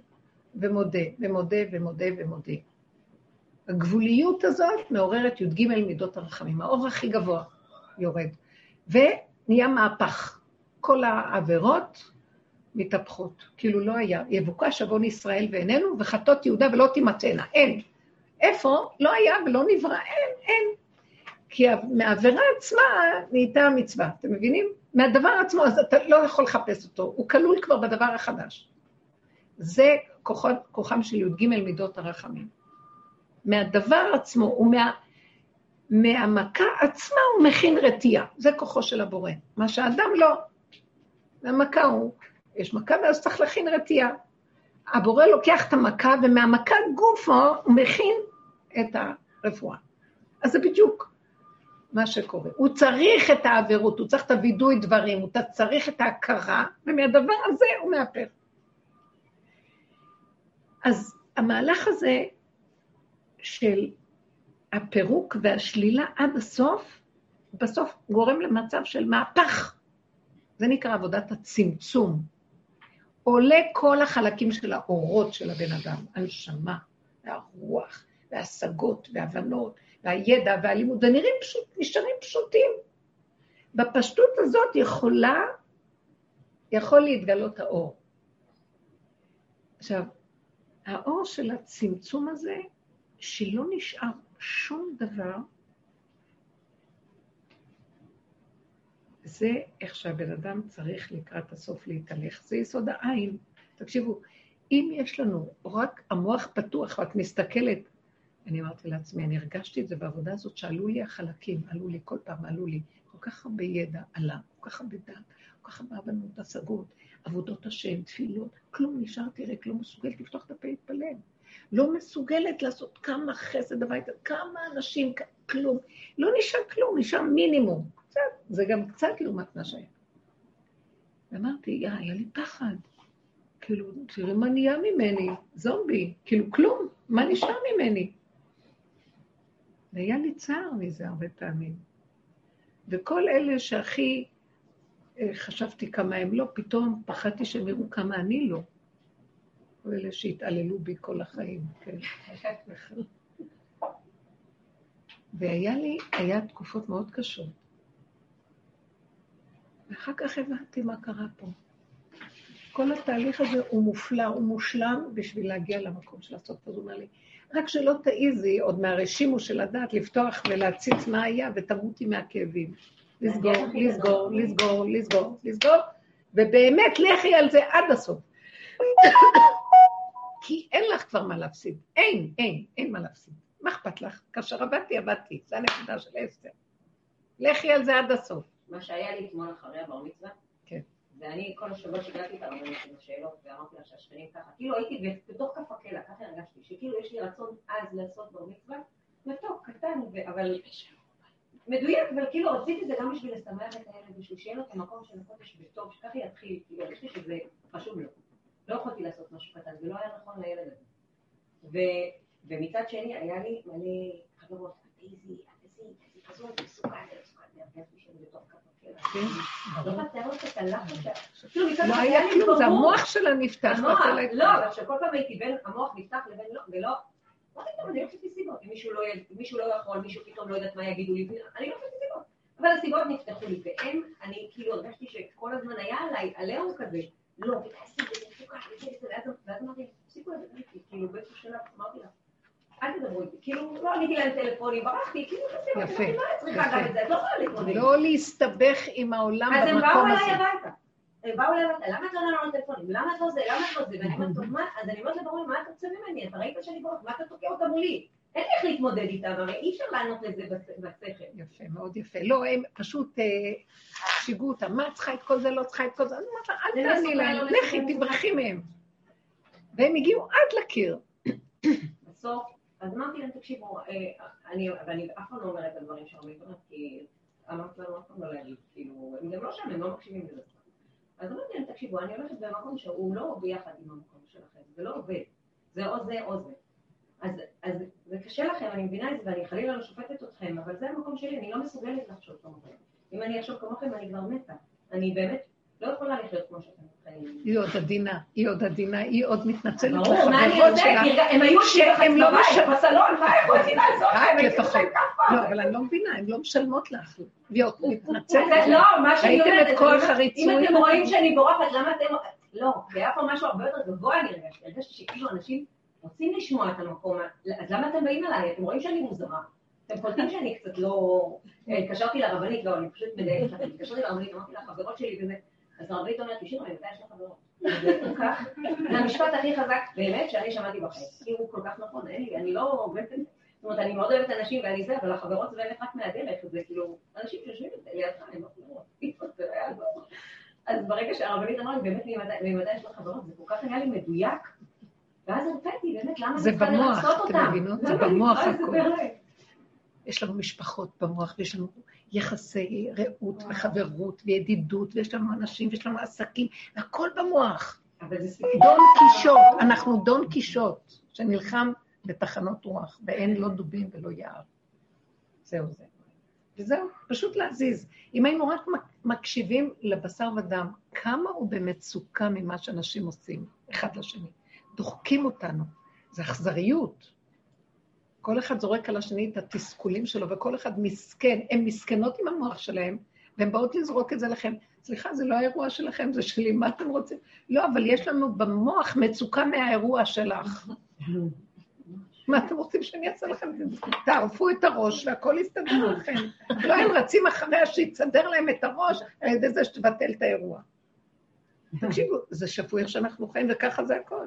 ומודה, ומודה, ומודה, ומודה. הגבוליות הזאת מעוררת י"ג מידות הרחמים. האור הכי גבוה יורד. ונהיה מהפך. כל העבירות מתהפכות. כאילו לא היה. יבוקש עוון ישראל ואיננו, וחטות יהודה ולא תימצאנה. אין. איפה? לא היה ולא נברא. אין, אין. כי מהעבירה עצמה נהייתה המצווה. אתם מבינים? מהדבר עצמו, אז אתה לא יכול לחפש אותו. הוא כלול כבר בדבר החדש. זה כוחם, כוחם של י"ג מידות הרחמים. מהדבר עצמו, ומה, מהמכה עצמה הוא מכין רתיעה. זה כוחו של הבורא. מה שהאדם לא. מהמכה הוא, יש מכה ואז צריך להכין רתיעה. הבורא לוקח את המכה, ומהמכה גופו הוא מכין את הרפואה. אז זה בדיוק מה שקורה. הוא צריך את העבירות, הוא צריך את הוידוי דברים, הוא צריך את ההכרה, ומהדבר הזה הוא מהפך. אז המהלך הזה של הפירוק והשלילה עד הסוף, בסוף גורם למצב של מהפך. זה נקרא עבודת הצמצום. עולה כל החלקים של האורות של הבן אדם, הנשמה, והרוח, וההשגות, וההבנות, והידע, והלימוד, ונראים פשוט, נשארים פשוטים. בפשטות הזאת יכולה, יכול להתגלות האור. עכשיו, האור של הצמצום הזה, שלא נשאר שום דבר, זה איך שהבן אדם צריך לקראת הסוף להתהלך. זה יסוד העין. תקשיבו, אם יש לנו רק המוח פתוח ואת מסתכלת, אני אמרתי לעצמי, אני הרגשתי את זה בעבודה הזאת, שעלו לי החלקים, עלו לי כל פעם, עלו לי כל כך הרבה ידע, עלה, כל כך הרבה דעת, כל כך הרבה הבנות, השגות, עבודות השם, תפילות, כלום נשארתי ריק, לא מסוגלת לפתוח את הפה להתפלל. לא מסוגלת לעשות כמה חסד הביתה, כמה אנשים, כלום. לא נשאר כלום, נשאר מינימום. זה, זה גם קצת לעומת מה שהיה. ואמרתי, יא, היה לי פחד. כאילו, תראי מה נהיה ממני, זומבי, כאילו כלום, מה נשאר ממני? והיה לי צער מזה הרבה פעמים. וכל אלה שהכי חשבתי כמה הם לא, פתאום פחדתי שהם יראו כמה אני לא. ואלה שהתעללו בי כל החיים, כן. והיה לי, היה תקופות מאוד קשות. ואחר כך הבנתי מה קרה פה. כל התהליך הזה הוא מופלא, הוא מושלם בשביל להגיע למקום של הסוף. אז הוא אומר לי, רק שלא תעיזי עוד מהרשימו של הדעת לפתוח ולהציץ מה היה ותמותי מהכאבים. לסגור, לסגור, לסגור, לסגור, לסגור, ובאמת לכי על זה עד הסוף. כי אין לך כבר מה להפסיד. אין, אין, אין מה להפסיד. מה אכפת לך? כאשר עבדתי, עבדתי. זה הנקודה של אסתר. לכי על זה עד הסוף. מה שהיה לי אתמול אחרי הבר מצווה, כן. ואני כל השבוע שגעתי את הרבנית של השאלות, ואמרתי לה שהשכנים ככה, כאילו הייתי בתוך כף הקלע, ככה הרגשתי, שכאילו יש לי רצון אז לעשות בר מצווה, מתוק, קטן, אבל מדויק, אבל כאילו רציתי זה גם בשביל לשמח את הילד, בשביל שיהיה לו את המקום של החודש בטוב, שככה יתחיל, כאילו הרגשתי שזה חשוב לו. לא יכולתי לעשות משהו קטן, זה לא היה נכון לילד הזה. ומצד שני היה לי מלא חברות, איזי, איזי, איזי, כזו, איזי, סוכן, איזי, סוכן, הרגשתי שזה בתוך כף הקלע. לא חצרות את הלחץ, כאילו מצד לא היה כלום, זה המוח שלה נפתח. המוח, לא, אבל שכל פעם הייתי בין המוח נפתח לבין לא, ולא, לא פתאום, אני לא חושבת סיבות, אם מישהו לא יכול, מישהו פתאום לא יודעת מה יגידו לי, אני לא חושבת סיבות. אבל הסיבות נפתחו לי, והם, אני כאילו הרגשתי שכל הזמן היה עליי, עליהו כזה, לא, ותעשי, זה מסוכן, ואז אמרתי, תפסיקו את זה, כאילו באיזשהו שלב, אמרתי לה, אל תדברו איתי, כאילו לא עניתי להם טלפונים, ברחתי, כאילו חצי, מה צריכה גם את זה, את לא יכולה להתמודד. לא להסתבך עם העולם במקום הזה. אז הם באו אליי הביתה, הם באו אליי הביתה, למה את לא נענו לטלפונים, למה את לא זה, למה את לא זה, ואני אומרת, טוב, מה, אז אני אומרת לברור, מה אתה רוצה ממני, אתה ראית שאני בורח, מה אתה תוקע אותה מולי? אין לי איך להתמודד איתם, הרי אי אפשר לענות לזה בשכל. יפה, מאוד יפה. לא, הם פשוט שיגעו אותם, מה צריכה את כל זה, לא צריכה את כל זה, אני אומרת, אל תעני להם, לכי, תברחי מהם. והם הגיעו עד לקיר. בסוף, אז אמרתי להם, תקשיבו, ואני אף פעם לא אומרת על דברים שאומרים, כי אמרת לנו אף פעם לא להגיד, כאילו, הם גם לא שם, הם לא מקשיבים לזה. אז אמרתי להם, תקשיבו, אני הולכת במקום שהוא לא ביחד עם המקום שלכם, זה לא עובד, זה או זה או זה. אז, אז זה קשה לכם, אני מבינה את זה, ואני חלילה לא שופטת אתכם, אבל זה המקום שלי, אני לא מסוגלת לחשוב כמוכם. אם אני אחשוב כמוכם, אני כבר מתה. אני באמת, לא יכולה לחיות כמו שאתם חיים. היא עוד עדינה, היא עוד עדינה, היא עוד מתנצלת ברור, מה אני יודעת? הם היו שהם לא משלמות, בסלון, מה יכולתי לעשות? רק לפחות. לא, אבל אני לא מבינה, הן לא משלמות לך. והיא עוד מתנצלת. לא, מה שאני אומרת, ראיתם את כוח הריצוי? אם אתם רואים שאני בורחת, למה אתם... לא, היה פה משהו הרבה יותר גבוה, אני הרגשתי. הרגשתי שכאילו אנשים רוצים לשמוע את המקום, אז למה אתם באים אליי? אתם רואים שאני מוזרה. אתם קולטים שאני קצת לא... התקשרתי לרבנית, לא, אני פשוט בדרך, התקשרתי לרבנית, אמרתי לה, חברות שלי וזה. אז הרבנית אומרת, תשאיר, אני יודעת שיש לך חברות. זה כל כך... זה המשפט הכי חזק, באמת, שאני שמעתי בחיים. כי הוא כל כך נכון, אין לי, אני לא... זאת אומרת, אני מאוד אוהבת אנשים ואני זה, אבל החברות זה באמת רק מהדרך, זה כאילו, אנשים שיושבים לידך, הם לא חברות. אז ברגע שהרבנית אמרה לי, באמת, ממתי יש לך חברות, זה כל כך היה לי מדויק. ואז הרפאתי, באמת, למה זה במוח, אתם מבינות? זה במוח הכל. יש לנו משפחות במוח, ויש לנו יחסי רעות וחברות וידידות, ויש לנו אנשים, ויש לנו עסקים, הכל במוח. דון קישוט, אנחנו דון קישוט, שנלחם בתחנות רוח, ואין לא דובים ולא יער. זהו זה. וזהו, פשוט להזיז. אם היינו רק מקשיבים לבשר ודם, כמה הוא במצוקה ממה שאנשים עושים, אחד לשני. דוחקים אותנו, זה אכזריות. כל אחד זורק על השני את התסכולים שלו, וכל אחד מסכן, הם מסכנות עם המוח שלהם, והם באות לזרוק את זה לכם. סליחה, זה לא האירוע שלכם, זה שלי, מה אתם רוצים? לא, אבל יש לנו במוח מצוקה מהאירוע שלך. מה אתם רוצים שאני אעשה לכם? תערפו את הראש, והכל יסתדר לכם. לא, הם רצים אחריה שיצדר להם את הראש, על ידי זה שתבטל את האירוע. תקשיבו, זה שפוי איך שאנחנו חיים, וככה זה הכל.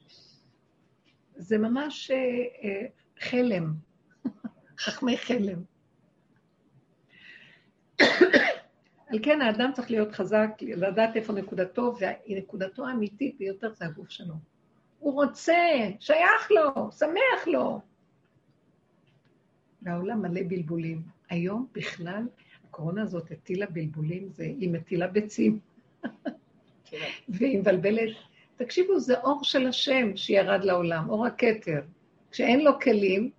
זה ממש אה, חלם, חכמי חלם. על כן האדם צריך להיות חזק, לדעת איפה נקודתו, ונקודתו האמיתית ביותר זה הגוף שלו. הוא רוצה, שייך לו, שמח לו. והעולם מלא בלבולים. היום בכלל, הקורונה הזאת הטילה בלבולים, זה, היא מטילה ביצים. והיא מבלבלת. תקשיבו, זה אור של השם שירד לעולם, אור הכתר. כשאין לו כלים,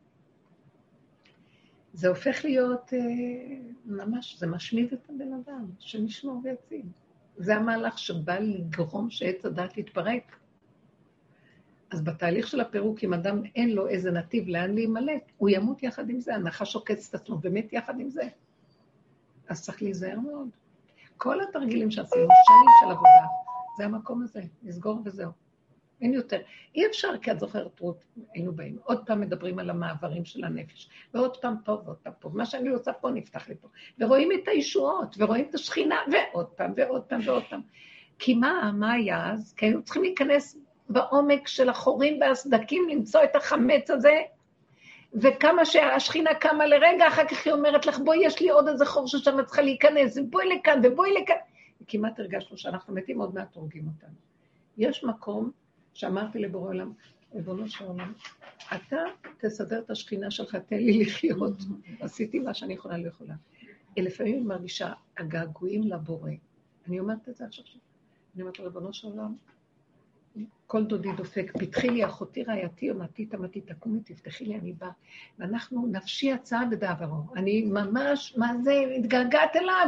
זה הופך להיות אה, ממש, זה משמיד את הבן אדם, שנשמור ויציב. זה המהלך שבא לגרום שעץ הדת יתפרק. אז בתהליך של הפירוק, אם אדם אין לו איזה נתיב לאן להימלט, הוא ימות יחד עם זה, הנחש עוקץ את עצמו, באמת יחד עם זה. אז צריך להיזהר מאוד. כל התרגילים שעשינו, שנים של עבודה, זה המקום הזה, נסגור וזהו. אין יותר. אי אפשר, כי את זוכרת, רות, היינו באים, עוד פעם מדברים על המעברים של הנפש, ועוד פעם פה ועוד פעם פה, מה שאני רוצה פה נפתח לי פה, ורואים את הישועות, ורואים את השכינה, ועוד פעם ועוד פעם ועוד פעם. כי מה, מה היה אז? כי היינו צריכים להיכנס בעומק של החורים והסדקים, למצוא את החמץ הזה, וכמה שהשכינה קמה לרגע, אחר כך היא אומרת לך, בואי, יש לי עוד איזה חור ששם צריכה להיכנס, ובואי לכאן, ובואי לכאן. וכמעט הרגשנו שאנחנו מתים, עוד מעט הורגים אותנו. יש מקום שאמרתי לבורא עולם, לבונו של עולם, אתה תסדר את השכינה שלך, תן לי לחיות. עשיתי מה שאני יכולה לא יכולה. לפעמים אני מרגישה הגעגועים לבורא. אני אומרת את זה עכשיו. אני אומרת לבונו של עולם, כל דודי דופק, פתחי לי אחותי רעייתי, אמרתי, תמתי, תקומי, תפתחי לי, אני באה. ואנחנו נפשי יצאה בדעברו. אני ממש, מה זה, התגעגעת אליו.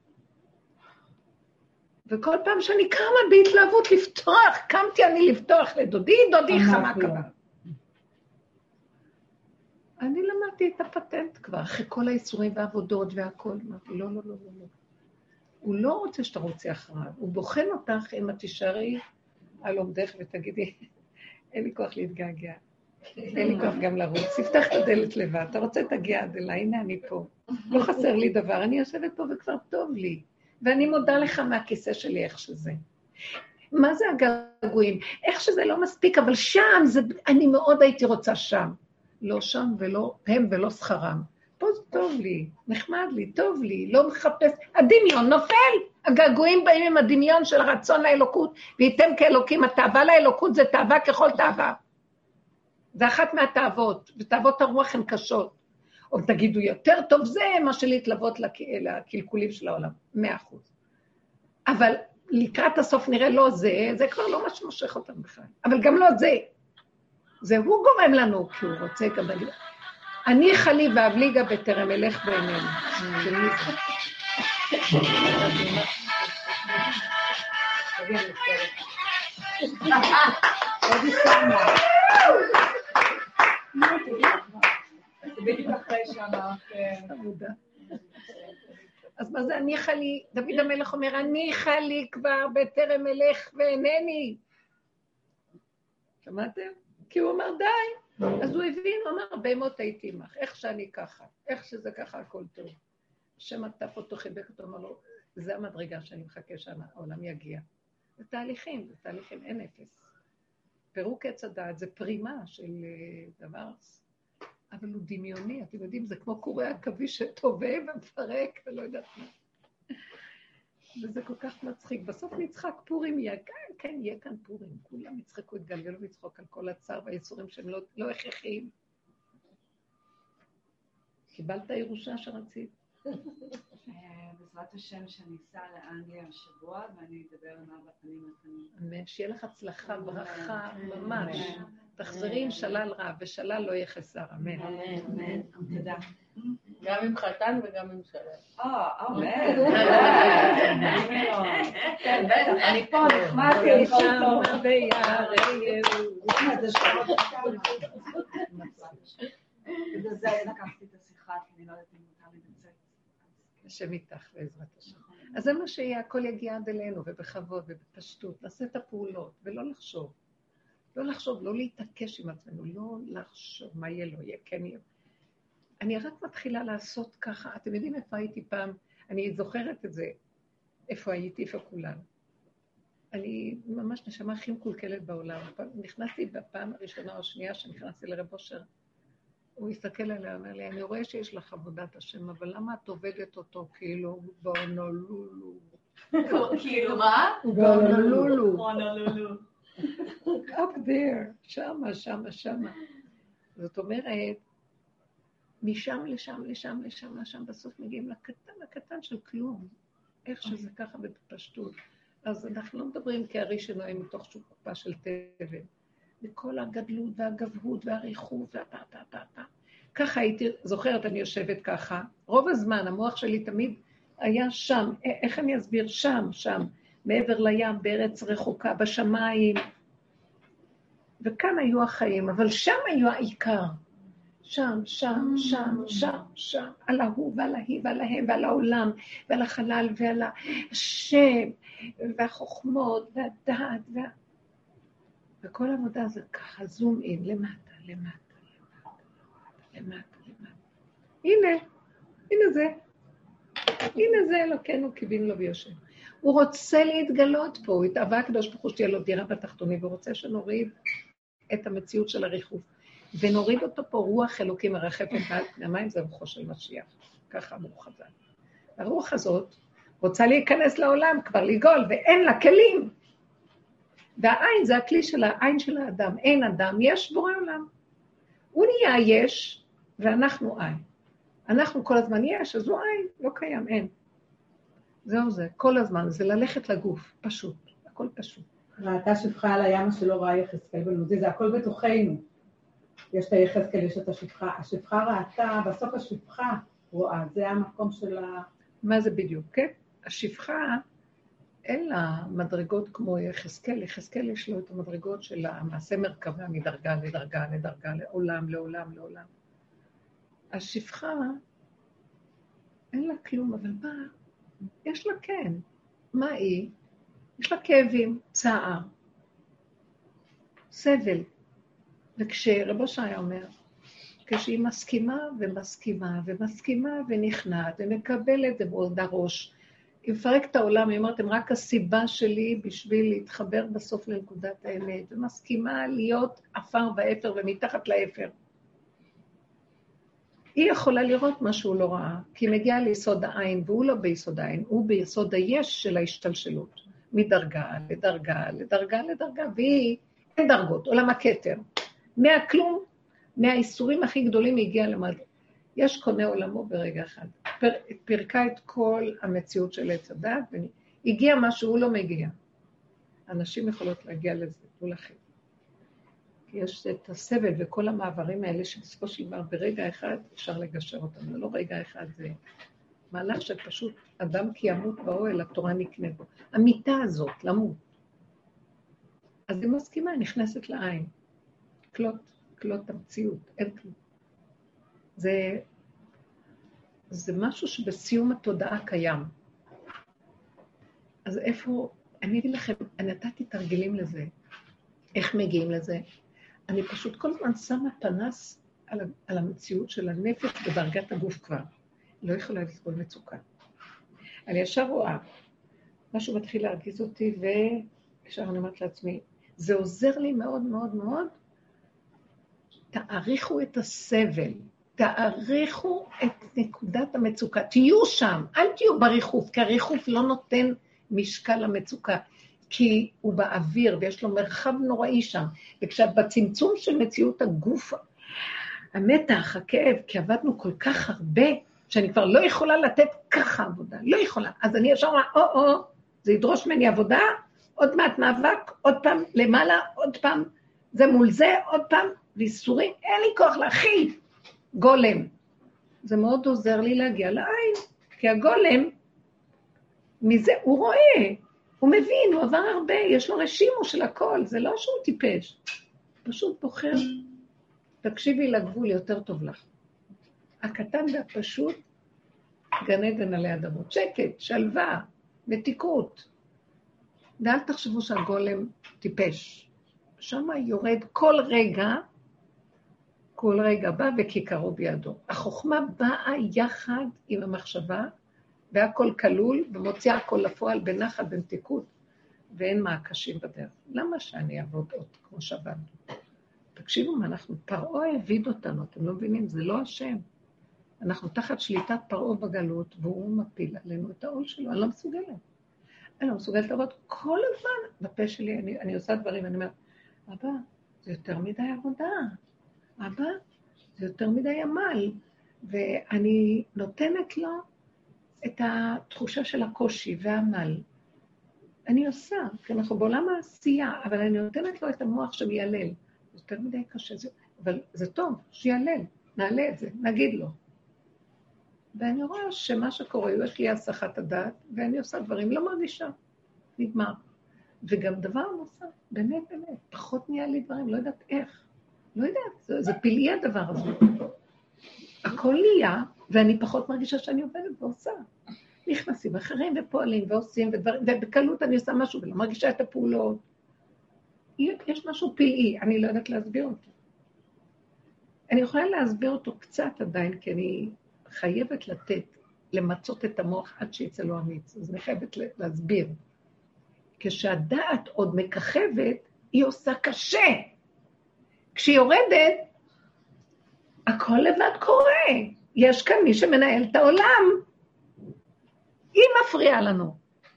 וכל פעם שאני קמה בהתלהבות לפתוח, קמתי אני לפתוח לדודי, דודי חמה קמה. אני למדתי את הפטנט כבר, אחרי כל האיסורים והעבודות והכל. אמרתי, לא, לא, לא, לא. הוא לא רוצה שאתה רוצה אחריו, הוא בוחן אותך אם את תישארי על עומדך ותגידי, אין לי כוח להתגעגע, אין לי כוח גם לרוץ, תפתח את הדלת לבד, אתה רוצה תגיע עד אליי, הנה אני פה, לא חסר לי דבר, אני יושבת פה וכבר טוב לי, ואני מודה לך מהכיסא שלי איך שזה. מה זה הגעגועים? איך שזה לא מספיק, אבל שם, זה, אני מאוד הייתי רוצה שם. לא שם ולא הם ולא שכרם. פה זה טוב לי, נחמד לי, טוב לי, לא מחפש, הדמיון נופל. הגעגועים באים עם הדמיון של הרצון לאלוקות, וייתם כאלוקים, התאווה לאלוקות זה תאווה ככל תאווה. זה אחת מהתאוות, ותאוות הרוח הן קשות. או תגידו יותר טוב זה מה שלהתלוות לקלקולים של העולם, מאה אחוז. אבל לקראת הסוף נראה לא זה, זה כבר לא מה שמושך אותם בכלל. אבל גם לא זה. זה הוא גורם לנו, כי הוא רוצה גם להגיד, אני חלי ואבליגה בטרם אלך בעינינו. של מי זה? אבי הנפטרת. עוד שמה. זה בדיוק אחרי שאמרת. עבודה. אז מה זה הניחה לי? דוד המלך אומר, הניחה לי כבר בטרם אלך ואינני. שמעתם? כי הוא אמר די. אז הוא הבין, הוא אמר, בהמות הייתי עמך, איך שאני ככה, איך שזה ככה הכל טוב. השם עטף אותו, חיבק אותו, אמר לו, זה המדרגה שאני מחכה שהעולם יגיע. זה תהליכים, זה תהליכים, אין אפס. פירוק עץ הדעת, זה פרימה של דבר, אבל הוא דמיוני, אתם יודעים, זה כמו קורי עכביש שטובע ומפרק, ולא יודעת מה. וזה כל כך מצחיק. בסוף נצחק פורים, יהיה, כן, כן, יהיה כאן פורים. כולם יצחקו, יתגלגלו ויצחוק על כל הצער והייסורים שהם לא, לא הכרחיים. קיבלת ירושה שרצית? בעזרת השם שאני אסע לאנגליה השבוע, ואני אדבר עם אבא פנים לפנים. אמן, שיהיה לך הצלחה, ברכה, ממש. תחזרי עם שלל רע, ושלל לא יהיה חסר, אמן. אמן, אמן, תודה. גם עם חתן וגם עם שלל. אה, אמן. כן, בטח, אני פה, נחמדתי, אני פה טוב. בגלל זה לקחתי את השיחה, כי אני לא יודעת אם מותר לנצל. השם איתך בעזרת השם. אז זה מה שיהיה, הכל יגיע עד אלינו, ובכבוד ובפשטות, נעשה את הפעולות, ולא לחשוב. לא לחשוב, לא להתעקש עם עצמנו, לא לחשוב מה יהיה, לא יהיה, כן יהיה. אני רק מתחילה לעשות ככה, אתם יודעים איפה הייתי פעם, אני זוכרת את זה, איפה הייתי, איפה כולם. אני ממש נשמה הכי מקולקלת בעולם. נכנסתי בפעם הראשונה או השנייה שנכנסתי לרב אושר, הוא הסתכל עליה, אומר לי, אני רואה שיש לך עבודת השם, אבל למה את עובדת אותו כאילו באונולולו? כאילו מה? באונולולו. באונולולו. up there, שמה, שמה, שמה. זאת אומרת, משם לשם, לשם, לשם, לשם, בסוף מגיעים לקטן, לקטן של כלום. איך שזה ככה בפשטות. אז אנחנו לא מדברים כארי שנועים מתוך שוק קופה של תבן. וכל הגדלות והגבהות והריחוף והפה, פה, פה, פה. ככה הייתי, זוכרת, אני יושבת ככה. רוב הזמן, המוח שלי תמיד היה שם. איך אני אסביר? שם, שם. מעבר לים, בארץ רחוקה, בשמיים. וכאן היו החיים, אבל שם היו העיקר. שם, שם, שם, שם, שם. על ההוא ועל ההיא ועל ההם ועל העולם ועל החלל ועל השם והחוכמות והדעת וה... וכל העבודה זה ככה, זום אין, למטה, למטה, למטה, למטה, למטה. הנה, הנה זה. הנה זה אלוקינו קיבין לו ויושב. הוא רוצה להתגלות פה, הוא התאווה הקדוש ברוך הוא שתהיה לו דירה בתחתונים, והוא רוצה שנוריד את המציאות של הריחוף. ונוריד אותו פה רוח אלוקים מרחפת מעל פני המים, זה רוחו של משיח. ככה אמרו חז"ל. הרוח הזאת רוצה להיכנס לעולם, כבר לגאול, ואין לה כלים. והעין זה הכלי של העין של האדם. אין אדם, יש בורא עולם. הוא נהיה יש, ואנחנו עין. אנחנו כל הזמן יש, אז הוא עין, לא קיים, אין. זהו זה, כל הזמן, זה ללכת לגוף, פשוט, הכל פשוט. ראתה שפחה על הים שלא ראה יחזקאל בנוזי, זה הכל בתוכנו. יש את היחזקאל, יש את השפחה. השפחה ראתה, בסוף השפחה רואה, זה המקום של ה... מה זה בדיוק, כן? השפחה, אין לה מדרגות כמו יחזקאל, יחזקאל יש לו את המדרגות של המעשה מרכבה מדרגה לדרגה, לדרגה, לעולם, לעולם, לעולם. השפחה, אין לה כלום, אבל מה? יש לה כן. מה היא? יש לה כאבים, צער, סבל. וכשרבו שהיה אומר, כשהיא מסכימה ומסכימה ומסכימה ונכנעת ומקבלת ומוד הראש, היא מפרקת את העולם, היא אומרת, הם רק הסיבה שלי בשביל להתחבר בסוף לנקודת האמת, ומסכימה להיות אפר ואפר ומתחת לאפר. היא יכולה לראות מה שהוא לא ראה, כי היא מגיעה ליסוד העין, והוא לא ביסוד העין, הוא ביסוד היש של ההשתלשלות, מדרגה לדרגה לדרגה לדרגה, והיא אין דרגות, עולם הכתר. מהכלום, מהאיסורים הכי גדולים היא הגיעה למדרגה. יש קונה עולמו ברגע אחד. פר, פרקה את כל המציאות של עץ הדת, והגיע מה שהוא לא מגיע. אנשים יכולות להגיע לזה, תנו לכם. יש את הסבל וכל המעברים האלה שבסופו של דבר ברגע אחד אפשר לגשר אותם. לא רגע אחד, זה מהלך שפשוט אדם כי ימות באוהל, התורה נקנה בו. המיטה הזאת, למות. אז היא מסכימה, נכנסת לעין. כלות, כלות המציאות, אין כלום. זה, זה משהו שבסיום התודעה קיים. אז איפה, אני אגיד לכם, אני נתתי תרגילים לזה. איך מגיעים לזה? אני פשוט כל הזמן שמה פנס על, על המציאות של הנפש בדרגת הגוף כבר. לא יכולה לסבול מצוקה. אני ישר רואה, משהו מתחיל להרגיז אותי, וישר אני אומרת לעצמי, זה עוזר לי מאוד מאוד מאוד, תעריכו את הסבל, תעריכו את נקודת המצוקה, תהיו שם, אל תהיו בריחוף, כי הריחוף לא נותן משקל למצוקה, כי הוא באוויר ויש לו מרחב נוראי שם, וכשאת בצמצום של מציאות הגוף, המתח, הכאב, כי עבדנו כל כך הרבה, שאני כבר לא יכולה לתת ככה עבודה, לא יכולה, אז אני ישר אומרת, או או, זה ידרוש ממני עבודה, עוד מעט מאבק, עוד פעם למעלה, עוד פעם, זה מול זה, עוד פעם, ויסורים, אין לי כוח להכיל גולם. זה מאוד עוזר לי להגיע לעין, כי הגולם, מזה הוא רואה, הוא מבין, הוא עבר הרבה, יש לו רשימו של הכל, זה לא שהוא טיפש, פשוט בוחר, תקשיבי לגבול, יותר טוב לך. הקטן והפשוט, גן עדן עלי אדמות, שקט, שלווה, מתיקות. ואל תחשבו שהגולם טיפש. שם יורד כל רגע, כל רגע בא וכיכרו בידו. החוכמה באה יחד עם המחשבה, והכל כלול, ומוציאה הכל לפועל בנחת, במתיקות, ואין מעקשים בדרך. למה שאני אעבוד עוד כמו שעבדנו? תקשיבו מה אנחנו, פרעה העביד אותנו, אתם לא מבינים, זה לא השם. אנחנו תחת שליטת פרעה בגלות, והוא מפיל עלינו את העול שלו, אני לא מסוגלת. אני לא מסוגלת לעבוד כל הזמן בפה שלי, אני, אני עושה דברים, אני אומרת, אבא, זה יותר מדי עבודה, אבא, זה יותר מדי עמל, ואני נותנת לו את התחושה של הקושי והעמל. אני עושה, כי אנחנו בעולם העשייה, אבל אני נותנת לו את המוח שמיילל. זה יותר מדי קשה, זה, אבל זה טוב, שילל, נעלה את זה, נגיד לו. ואני רואה שמה שקורה, יש לי הסחת הדעת, ואני עושה דברים, לא מרגישה, נגמר. וגם דבר נוסף, באמת, באמת, פחות נהיה לי דברים, לא יודעת איך. לא יודעת, זה, זה פלאי הדבר הזה. הכל נהיה, ואני פחות מרגישה שאני עובדת ועושה. נכנסים אחרים ופועלים ועושים ודברים, ובקלות אני עושה משהו ולא מרגישה את הפעולות. יש משהו פלאי, אני לא יודעת להסביר אותו. אני יכולה להסביר אותו קצת עדיין, כי אני חייבת לתת, למצות את המוח עד שיצא לו אמיץ. אז אני חייבת להסביר. כשהדעת עוד מככבת, היא עושה קשה. כשהיא יורדת, הכל לבד קורה. יש כאן מי שמנהל את העולם. היא מפריעה לנו.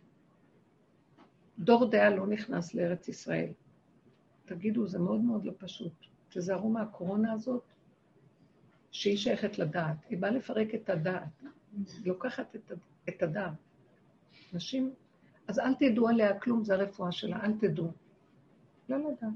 דור דעה לא נכנס לארץ ישראל. תגידו, זה מאוד מאוד לא פשוט. תזהרו מהקורונה הזאת, שהיא שייכת לדעת. היא באה לפרק את הדעת. היא לוקחת את, את הדעת. נשים, אז אל תדעו עליה כלום, זה הרפואה שלה, אל תדעו. לא לדעת.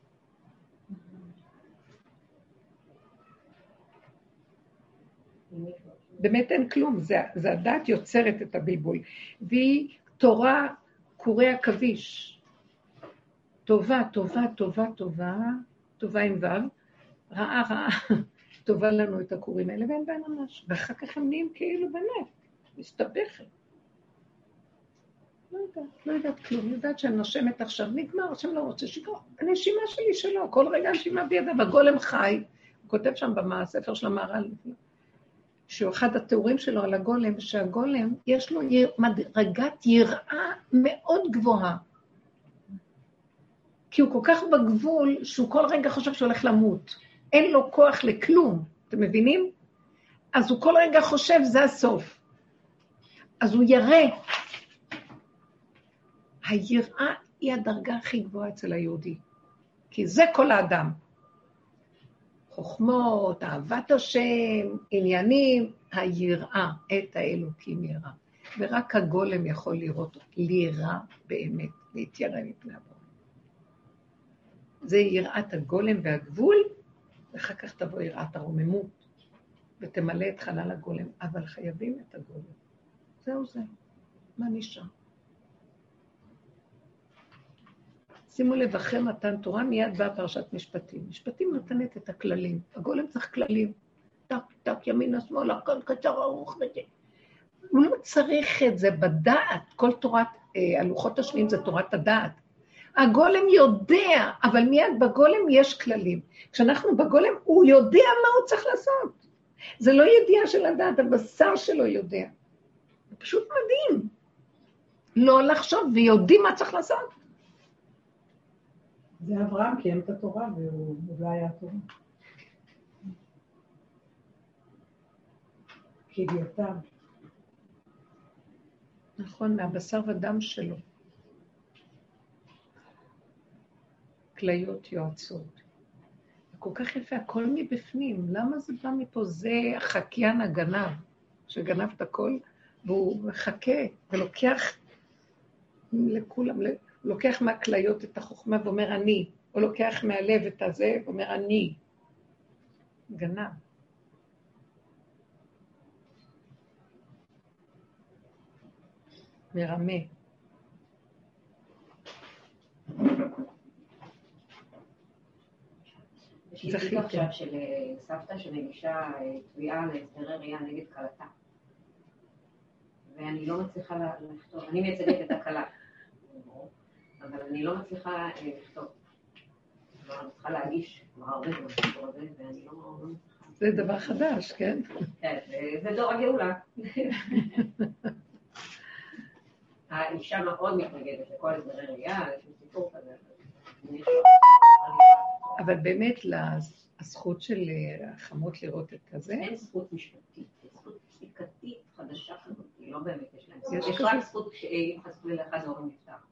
באמת אין כלום, זה, זה הדעת יוצרת את הבלבול. והיא תורה קורי עכביש. טובה, טובה, טובה, טובה, טובה עם וו, רעה, רעה, טובה לנו את הקורים האלה, ואין בהם ממש. ואחר כך הם נהיים כאילו באמת, מסתבכת. לא יודעת, לא יודעת כלום, יודעת שאני נושמת עכשיו, נגמר, שאני לא רוצה שיקרה. הנשימה שלי שלו, כל רגע הנשימה בידה, והגולם חי, הוא כותב שם בספר של המהר"ל, שהוא אחד התיאורים שלו על הגולם, שהגולם יש לו מדרגת יראה מאוד גבוהה. כי הוא כל כך בגבול, שהוא כל רגע חושב שהוא הולך למות. אין לו כוח לכלום, אתם מבינים? אז הוא כל רגע חושב, זה הסוף. אז הוא ירא. היראה היא הדרגה הכי גבוהה אצל היהודי. כי זה כל האדם. חוכמות, אהבת השם, עניינים, היראה, את האלוקים יראה. ורק הגולם יכול לראות, ליראה באמת, להתיירא מפני הבורא. זה יראת הגולם והגבול, ואחר כך תבוא יראת הרוממות, ותמלא את חלל הגולם, אבל חייבים את הגולם. זהו זה, מה נשאר? שימו לב, אחרי מתן תורה מיד באה פרשת משפטים. משפטים נותנת את הכללים. הגולם צריך כללים. טק, טק, ימינה, שמאלה, כל קצר, ארוך וזה. הוא לא צריך את זה בדעת. כל תורת, אה, הלוחות השניים זה תורת הדעת. הגולם יודע, אבל מיד בגולם יש כללים. כשאנחנו בגולם, הוא יודע מה הוא צריך לעשות. זה לא ידיעה של הדעת, הבשר שלו יודע. זה פשוט מדהים. לא לחשוב ויודעים מה צריך לעשות. זה אברהם קיים את התורה, והוא לא היה התורה. כידיעתם. נכון, מהבשר ודם שלו. כליות יועצות. כל כך יפה, הכל מבפנים. למה זה בא מפה? זה החקיין הגנב, שגנב את הכל, והוא מחכה ולוקח לכולם, לוקח מהכליות את החוכמה ואומר אני, או לוקח מהלב את הזה ואומר אני. גנב. מרמה. יש לי תיק עכשיו של סבתא שמגישה תביעה להסדרי ראייה נגד קלתה. ואני לא מצליחה לכתוב, אני מייצגת את הקלה, אבל אני לא מצליחה לכתוב. אני צריכה להגיש כבר הרבה זמן לכתוב הזה, ואני לא מצליחה. זה דבר חדש, כן? כן, זה דור הגאולה. האישה מאוד מתנגדת לכל הסדרי ראייה, יש לי סיפור כזה. אבל באמת לזכות של החמות לראות את כזה? אין זכות משפטית, זכות פסיקתית חדשה כזאת, לא באמת יש להם. יש רק זכות שאם חשפו לאחד ההורים נפתח.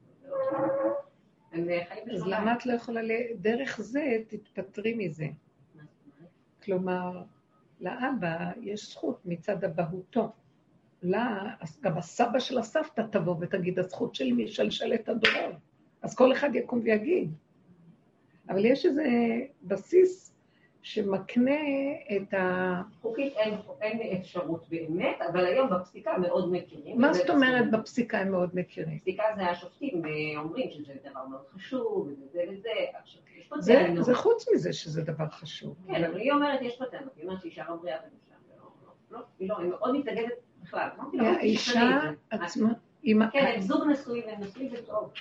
אז למה את לא יכולה, דרך זה תתפטרי מזה? כלומר, לאבא יש זכות מצד אבהותו. לה, גם הסבא של הסבתא תבוא ותגיד, הזכות שלי משלשל את הדורות. אז כל אחד יקום ויגיד. אבל יש איזה בסיס שמקנה את ה... חוקית אין, אין אפשרות באמת, אבל היום בפסיקה מאוד מכירים. מה זאת אומרת בפסיקה הם מאוד מכירים? בפסיקה זה השופטים אומרים שזה דבר מאוד חשוב, וזה זה וזה. עכשיו, יש פה זה, טענות. זה חוץ מזה שזה דבר חשוב. כן, אבל היא אומרת, יש פה טענות. היא אומרת שאישה לא בריאה בנושא. לא, לא, היא לא, היא מאוד מתנגדת בכלל. האישה עצמה... כן, הם זוג נשוי, והם נשואים זה טוב.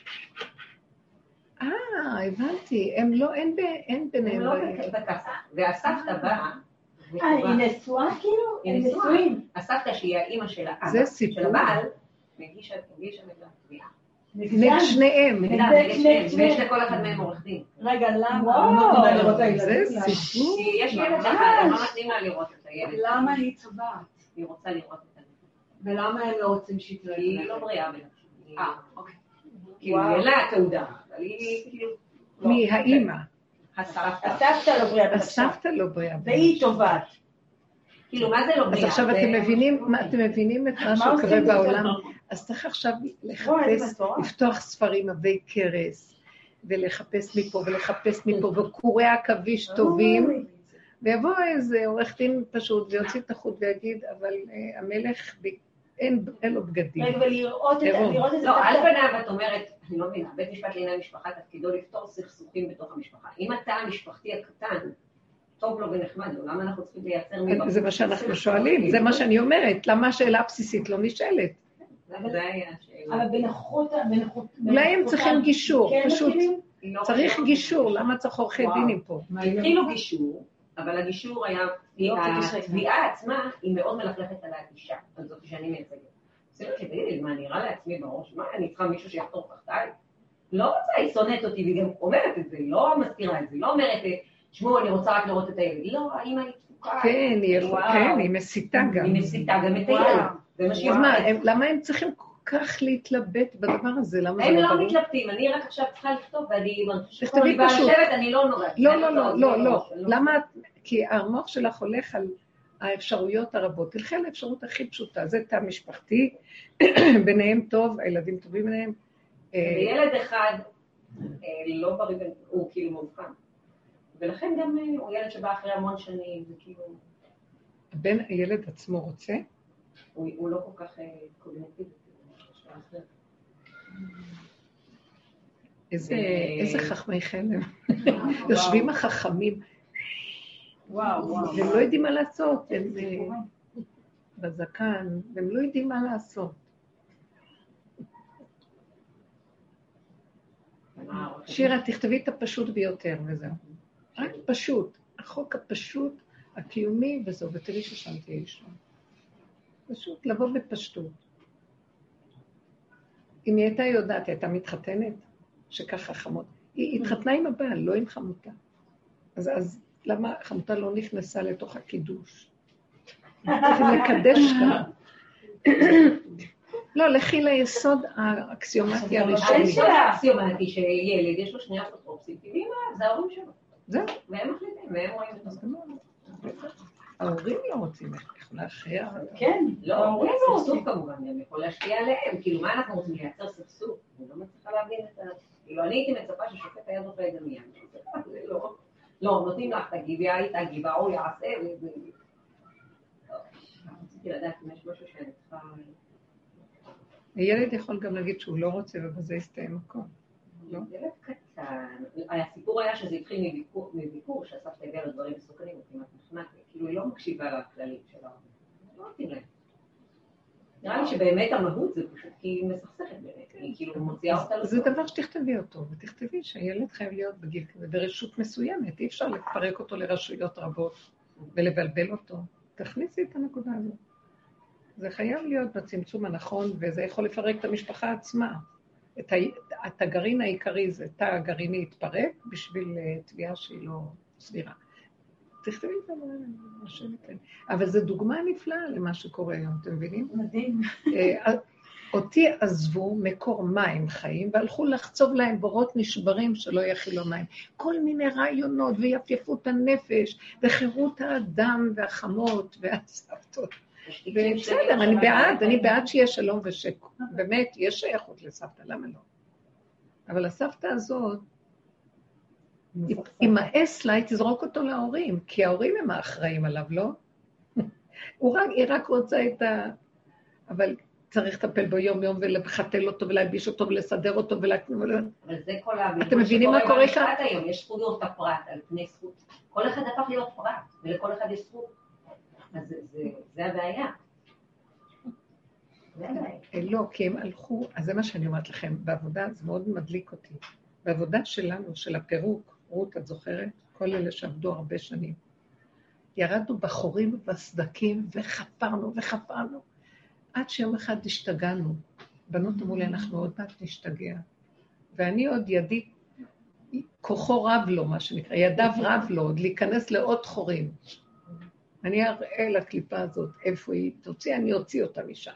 אה, הבנתי, הם לא, אין, ב, אין ביניהם. הם לא בכסף, והסבתא באה. אה, היא נשואה כאילו? היא נשואים. הסבתא שהיא האימא של האבא, של הבעל, מגישה נגדה תביעה. נגד שניהם. נגד שניהם, ויש לכל אחד מהם עורך דין. רגע, למה? וואו, זה סיפור. יש ילד אחד, הם לא נותנים לה לראות את הילד. למה היא צבעת? היא רוצה לראות את הילד. ולמה הם לא רוצים שהיא תראה? היא לא בריאה בנפשי. אה, אוקיי. כאילו, היא אין לה תעודה, אבל היא כאילו... מי, האימא? הסבתא. הסבתא לא בריאה. הסבתא לא בריאה. והיא טובעת. כאילו, מה זה לא בריאה? אז עכשיו אתם מבינים, אתם מבינים את מה שקורה בעולם? אז צריך עכשיו לחפש, לפתוח ספרים עבי כרס, ולחפש מפה ולחפש מפה, וקורי עכביש טובים, ויבוא איזה עורך דין פשוט, ויוציא את החוט ויגיד, אבל המלך, אין לו בגדים. רגע, ולראות את זה. לא, על פניו את אומרת, אני לא מבינה, בית משפט לענייני משפחה תפקידו לפתור סכסוכים בתוך המשפחה. אם אתה המשפחתי הקטן, טוב לו ונחמד לו, למה אנחנו צריכים לייצר מבחוץ? זה מה שאנחנו שואלים, זה מה שאני אומרת, למה השאלה הבסיסית לא נשאלת? זה היה השאלה. אבל בנוחות... אולי הם צריכים גישור, פשוט צריך גישור, למה צריך עורכי דינים פה? התחילו גישור, אבל הגישור היה, התביעה עצמה היא מאוד מלכלכת על האישה, על זאת שאני מייצגת. בסדר, תגידי, מה נראה לעצמי בראש? מה, אני צריכה מישהו שיחתור תחתיי? לא רוצה, היא שונאת אותי, והיא גם אומרת את זה, היא לא מסתירה את זה, היא לא אומרת, שמעו, אני רוצה רק לראות את הילד. לא, האמא היא תפוקה. כן, היא מסיתה גם. היא מסיתה גם את הילד. אז מה, למה הם צריכים כל כך להתלבט בדבר הזה? הם לא מתלבטים, אני רק עכשיו צריכה לכתוב, ואני מרגישה שאני באה לשבת, אני לא נורא. לא, לא, לא, לא, לא. למה? כי המוח שלך הולך על האפשרויות הרבות. תלכי על האפשרות הכי פשוטה, זה תא משפחתי, ביניהם טוב, הילדים טובים ביניהם. וילד אחד, לא בריא, הוא כאילו מאובחן. ולכן גם הוא ילד שבא אחרי המון שנים, וכאילו... הבן הילד עצמו רוצה? הוא לא כל כך קוגניטיבי. איזה חכמי חלם. יושבים החכמים. וואו, וואו. והם לא יודעים מה לעשות, הם בזקן, והם לא יודעים מה לעשות. שירה, תכתבי את הפשוט ביותר, וזהו. רק פשוט, החוק הפשוט, הקיומי, וזהו, ותראי ששם תהיה אישה. פשוט, לבוא בפשטות. אם היא הייתה יודעת, היא הייתה מתחתנת, שככה חמות. היא התחתנה עם הבעל, לא עם חמותה. אז, אז למה חמותה לא נכנסה לתוך הקידוש? צריכים לקדש כאן. לא, לכי ליסוד האקסיומטי הראשוני. היסוד האקסיומטי שילד, יש לו שני אפוטרופוסים, טבעיים, זה ההורים שלו. זהו. והם מחליטים, והם רואים את זה. ההורים לא רוצים איך להכריע. כן, לא, ההורים לא רוצים כמובן, הם יכולים להשפיע עליהם. כאילו, מה אנחנו רוצים לייצר סכסוך? אני לא מצליחה להבין את זה. כאילו, אני הייתי מצפה ששופט היה דוחה את דמיין. לא, לא, נותנים לך, תגיבי, היית תגיבה, או יעשה, ו... רציתי לדעת אם יש משהו שאני צריכה... הילד יכול גם להגיד שהוא לא רוצה, ובזה יסתיים הכל. לא? ילד קטן. הסיפור היה שזה התחיל מביקור, שאספת עבר דברים מסוכנים, וכמעט נכנעתי. כאילו, היא לא מקשיבה לכללים שלה. לא נותנים להם. נראה לי שבאמת המהות זה פשוט, כי היא מסכסכת באמת. היא כאילו מוציאה אותה... זה דבר שתכתבי אותו, ותכתבי שהילד חייב להיות בגיל כזה, ברשות מסוימת. אי אפשר לפרק אותו לרשויות רבות ולבלבל אותו. תכניסי את הנקודה הזאת. זה חייב להיות בצמצום הנכון, וזה יכול לפרק את המשפחה עצמה. את, ה... את הגרעין העיקרי, זה תא הגרעיני יתפרק בשביל תביעה שהיא לא סבירה. תכתבי את זה, אבל זו דוגמה נפלאה למה שקורה היום, אתם מבינים? מדהים. אותי עזבו מקור מים חיים, והלכו לחצוב להם בורות נשברים שלא יכילו מים. כל מיני רעיונות ויפייפות הנפש, וחירות האדם והחמות והסבתות. ובסדר, אני בעד, אני בעד שיהיה שלום ושקו. באמת, יש שייכות לסבתא, למה לא? אבל הסבתא הזאת, אם האס לה, היא תזרוק אותו להורים, כי ההורים הם האחראים עליו, לא? היא רק רוצה את ה... אבל צריך לטפל בו יום יום ולחתל אותו ולהלביש אותו ולסדר אותו ולהקנום. אבל זה כל הבלבול אתם מבינים מה קורה כאן? היום, יש זכויות הפרט על פני זכות. כל אחד הפך להיות פרט, ולכל אחד יש זכות. אז זה הבעיה. זה הבעיה. לא, כי הם הלכו, אז זה מה שאני אומרת לכם, בעבודה זה מאוד מדליק אותי. בעבודה שלנו, של הפירוק, רות, את זוכרת? כל אלה שעבדו הרבה שנים. ירדנו בחורים ובסדקים וחפרנו וחפרנו. עד שיום אחד השתגענו. בנות אמרו לי, אנחנו עוד מעט נשתגע. ואני עוד ידי, כוחו רב לו, מה שנקרא, ידיו רב לו, עוד להיכנס לעוד חורים. אני אראה לקליפה הזאת, איפה היא תוציא, אני אוציא אותה משם.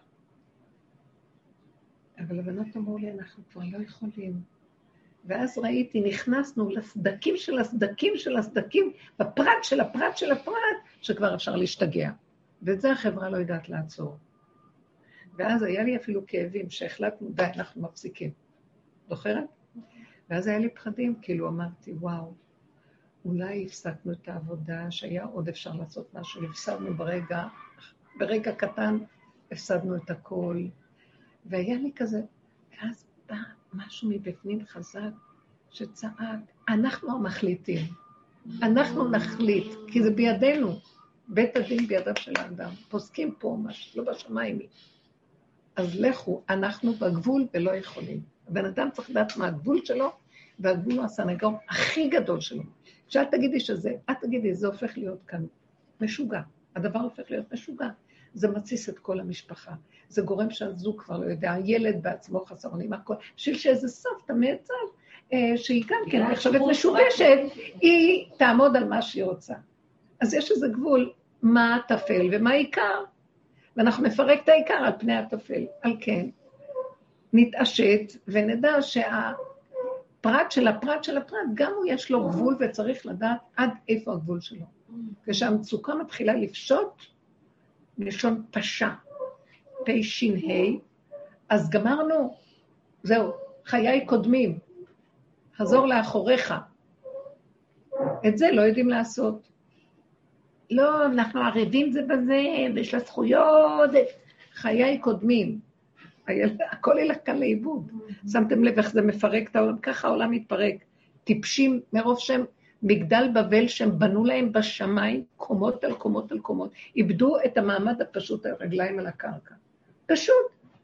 אבל הבנות אמרו לי, אנחנו כבר לא יכולים. ואז ראיתי, נכנסנו לסדקים של הסדקים של הסדקים, בפרט של הפרט של הפרט, שכבר אפשר להשתגע. ואת זה החברה לא יודעת לעצור. ואז היה לי אפילו כאבים שהחלטנו, די, אנחנו מפסיקים. זוכרת? ואז היה לי פחדים, כאילו אמרתי, וואו, אולי הפסקנו את העבודה, שהיה עוד אפשר לעשות משהו, הפסדנו ברגע, ברגע קטן, הפסדנו את הכל. והיה לי כזה, ואז בא משהו מבפנים חזק, שצעק, אנחנו המחליטים, אנחנו נחליט, כי זה בידינו, בית הדין בידיו של האדם, פוסקים פה משהו, לא בשמיים. אז לכו, אנחנו בגבול ולא יכולים. הבן אדם צריך לדעת מה הגבול שלו, והגבול הוא הסנגור הכי גדול שלו. כשאת תגידי שזה, את תגידי, זה הופך להיות כאן משוגע. הדבר הופך להיות משוגע. זה מציס את כל המשפחה. זה גורם שהזוג כבר לא יודע, הילד בעצמו חסר אונים, הכל. בשביל שאיזה סבתא מייצב, שהיא גם כן נחשבת משובשת, היא תעמוד על מה שהיא רוצה. אז יש איזה גבול, מה הטפל ומה העיקר, ואנחנו נפרק את העיקר על פני הטפל. על כן, נתעשת ונדע שהפרט של הפרט של הפרט, גם הוא יש לו גבול וצריך לדעת עד איפה הגבול שלו. כשהמצוקה מתחילה לפשוט, מלשון פשע, פי שין ה', אז גמרנו, זהו, חיי קודמים, חזור לאחוריך. את זה לא יודעים לעשות. לא, אנחנו ערבים זה בזה, ויש לה זכויות, חיי קודמים. הכל ילך כאן לאיבוד. שמתם לב איך זה מפרק את העולם, ככה העולם מתפרק. טיפשים מרוב שהם מגדל בבל שהם בנו להם בשמיים, קומות על קומות על קומות, איבדו את המעמד הפשוט, הרגליים על הקרקע. פשוט.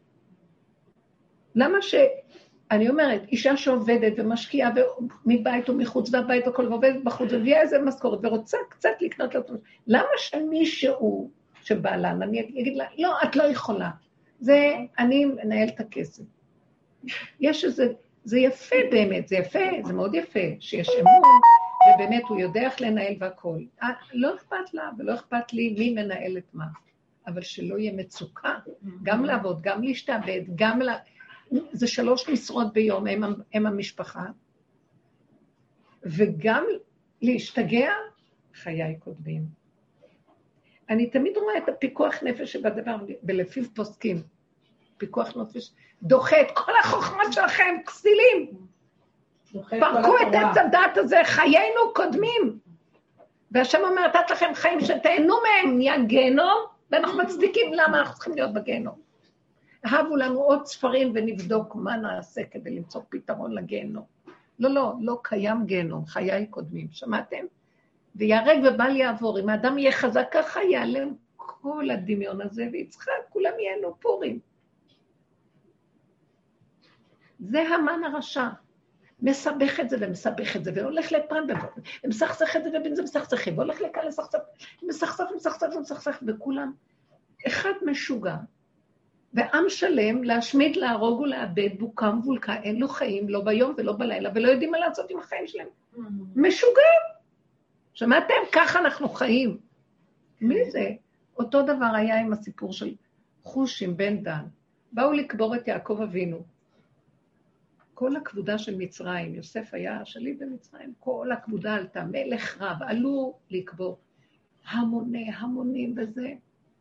למה ש... אני אומרת, אישה שעובדת ומשקיעה מבית ומחוץ והבית הכל, ועובדת בחוץ, והביאה איזה משכורת, ורוצה קצת לקנות לו, למה שמישהו שבעלה, אני אגיד לה, לא, את לא יכולה. זה, אני מנהל את הכסף. יש איזה, זה יפה באמת, זה יפה, זה מאוד יפה, שיש אמון, ובאמת הוא יודע איך לנהל והכל. לא אכפת לה, ולא אכפת לי מי מנהל את מה. אבל שלא יהיה מצוקה, גם לעבוד, גם להשתעבד, גם לה... זה שלוש משרות ביום, הם, הם המשפחה, וגם להשתגע, חיי קודמים. אני תמיד רואה את הפיקוח נפש שבדבר, בלפיו פוסקים, פיקוח נפש, דוחה את כל החוכמות שלכם, כסילים, פרקו את עץ הדת הזה, חיינו קודמים, והשם אומר, נתת לכם חיים שתהנו מהם, נהיה גיהנום, ואנחנו מצדיקים למה אנחנו צריכים להיות בגיהנום. אהבו לנו עוד ספרים ונבדוק מה נעשה כדי למצוא פתרון לגיהנום. לא, לא, לא קיים גיהנום, חיי קודמים, שמעתם? ויהרג ובל יעבור, אם האדם יהיה חזק ככה, יעלם כל הדמיון הזה, ויצחק, כולם יהינו פורים. זה המן הרשע, מסבך את זה ומסבך את זה, והולך לפן ובן, ומסכסך את זה ובין זה מסכסכים, והולך לכאן לסכסך, מסכסך ומסכסך ומסכסך, וכולם, אחד משוגע, ועם שלם להשמיד, להרוג ולאבד, בוקה מבולקה, אין לו חיים, לא ביום ולא בלילה, ולא יודעים מה לעשות עם החיים שלהם. משוגע. שמעתם? ככה אנחנו חיים. מי זה? אותו דבר היה עם הסיפור של חושים בן דן. באו לקבור את יעקב אבינו. כל הכבודה של מצרים, יוסף היה שליט במצרים, כל הכבודה עלתה, מלך רב, עלו לקבור. המוני, המונים וזה.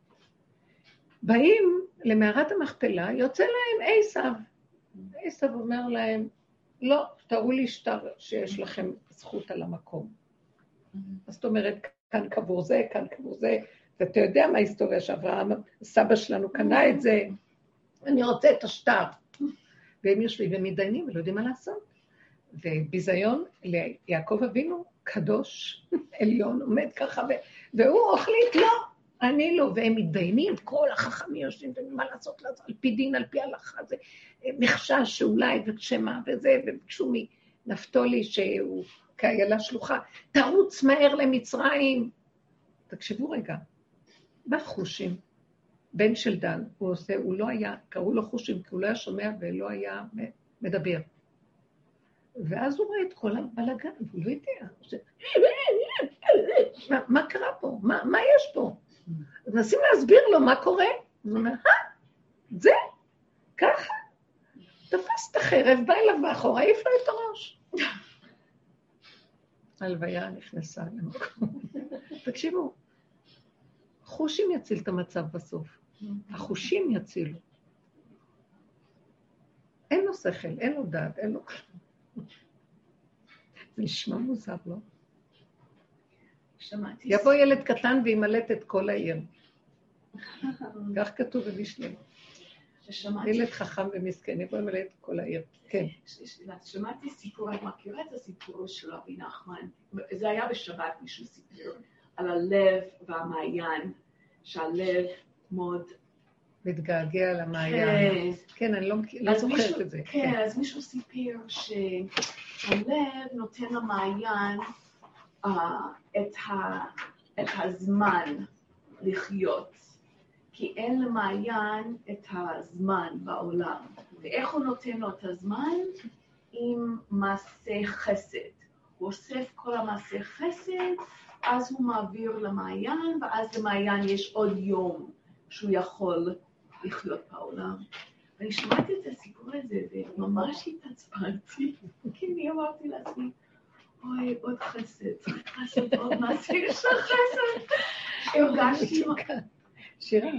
באים למערת המכפלה, יוצא להם עשיו. עשיו אומר להם, לא, תראו לי שטר שיש לכם זכות על המקום. אז זאת אומרת, כאן קבור זה, כאן קבור זה, ואתה יודע מה ההיסטוריה שאברהם, סבא שלנו קנה את זה, אני רוצה את השטר. והם יושבים ומתדיינים ולא יודעים מה לעשות. וביזיון ליעקב אבינו, קדוש, עליון, עומד ככה, והוא החליט לא. אני לא, והם מתדיינים, כל החכמים יושבים, ומה לעשות, על פי דין, על פי הלכה, זה מחשש שאולי ושמה וזה, וביקשו מנפתולי שהוא כאיילה שלוחה, תרוץ מהר למצרים. תקשיבו רגע, בחושים, בן של דן, הוא עושה, הוא לא היה, קראו לו חושים, כי הוא לא היה שומע ולא היה מדבר. ואז הוא רואה את כל הבלגן, והוא לא יודע. מה, מה קרה פה? מה, מה יש פה? אז נשים להסביר לו מה קורה. הוא אומר, אה, זה? ככה? תפס את החרב, בא אליו מאחורה, העיף לו את הראש. הלוויה נכנסה למקום. תקשיבו, חושים יציל את המצב בסוף. החושים יצילו. אין לו שכל, אין לו דעת, אין לו כלום. זה נשמע מוזר, לא? שמעתי. יבוא ילד קטן וימלט את כל העיר. כך כתוב במשלי. ילד חכם ומסכן, יבוא ימלט את כל העיר. כן. שמעתי סיפור, אני מכירה את הסיפור של רבי נחמן. זה היה בשבת מישהו סיפור על הלב והמעיין, שהלב מאוד... מתגעגע למעיין. כן, אני לא זוכרת את זה. כן, אז מישהו סיפר שהלב נותן למעיין את הזמן לחיות, כי אין למעיין את הזמן בעולם. ואיך הוא נותן לו את הזמן? עם מעשה חסד. הוא אוסף כל המעשה חסד, אז הוא מעביר למעיין, ואז למעיין יש עוד יום שהוא יכול לחיות בעולם. ואני שמעתי את הסיפור הזה, וממש התעצבנתי, כי אני אמרתי לעצמי, אוי, עוד חסד, צריך לעשות עוד מעשה של חסד. הרגשתי... שירה.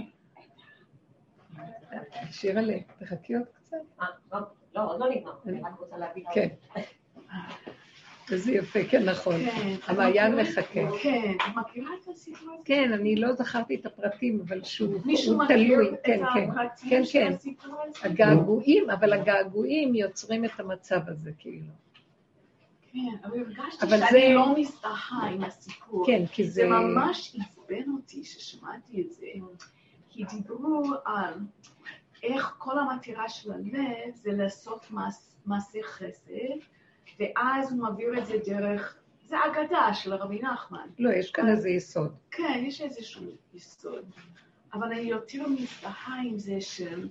שירה לי, תחכי עוד קצת. לא, עוד לא נגמר, אני רק רוצה להביא. כן. וזה יפה, כן, נכון. כן. המעיין את מחכה. מכירה- כן, את מכירה את הסיפור הזה? כן, אני לא זכרתי את הפרטים, אבל שהוא מישהו הוא מכיר תלוי. את כן, כן. הפרטים כן, של כן. הסיפור הזה? הגעגועים, אבל הגעגועים יוצרים את המצב הזה, כאילו. כן, אבל הרגשתי אבל שאני זה- לא מזדהה עם הסיפור. כן, כי זה... זה ממש עצבן אותי ששמעתי את זה, כי דיברו על איך כל המטרה של הלב זה לעשות מעש- מעשה חסד, ואז הוא מעביר את זה דרך, זה אגדה של רבי נחמן. לא, יש כאן איזה יסוד. כן, יש איזשהו יסוד, אבל אני יותר מזדהה עם זה של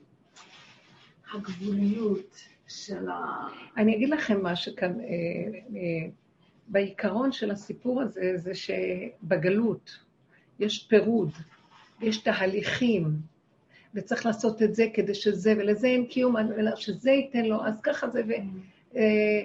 הגבוליות של ה... אני אגיד לכם מה שכאן, אה, אה, בעיקרון של הסיפור הזה, זה שבגלות יש פירוד, יש תהליכים, וצריך לעשות את זה כדי שזה, ולזה אין קיום, שזה ייתן לו, אז ככה זה, ו, אה,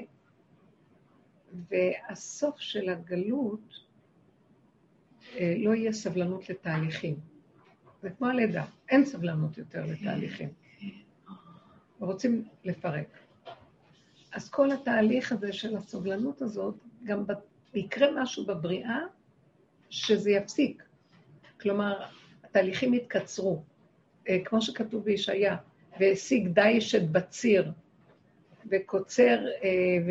והסוף של הגלות, אה, לא יהיה סבלנות לתהליכים. זה כמו הלידה, אין סבלנות יותר לתהליכים. ורוצים לפרק. אז כל התהליך הזה של הסובלנות הזאת, גם יקרה משהו בבריאה, שזה יפסיק. כלומר, התהליכים יתקצרו, כמו שכתוב בישעיה, והשיג דישת בציר, וקוצר ו...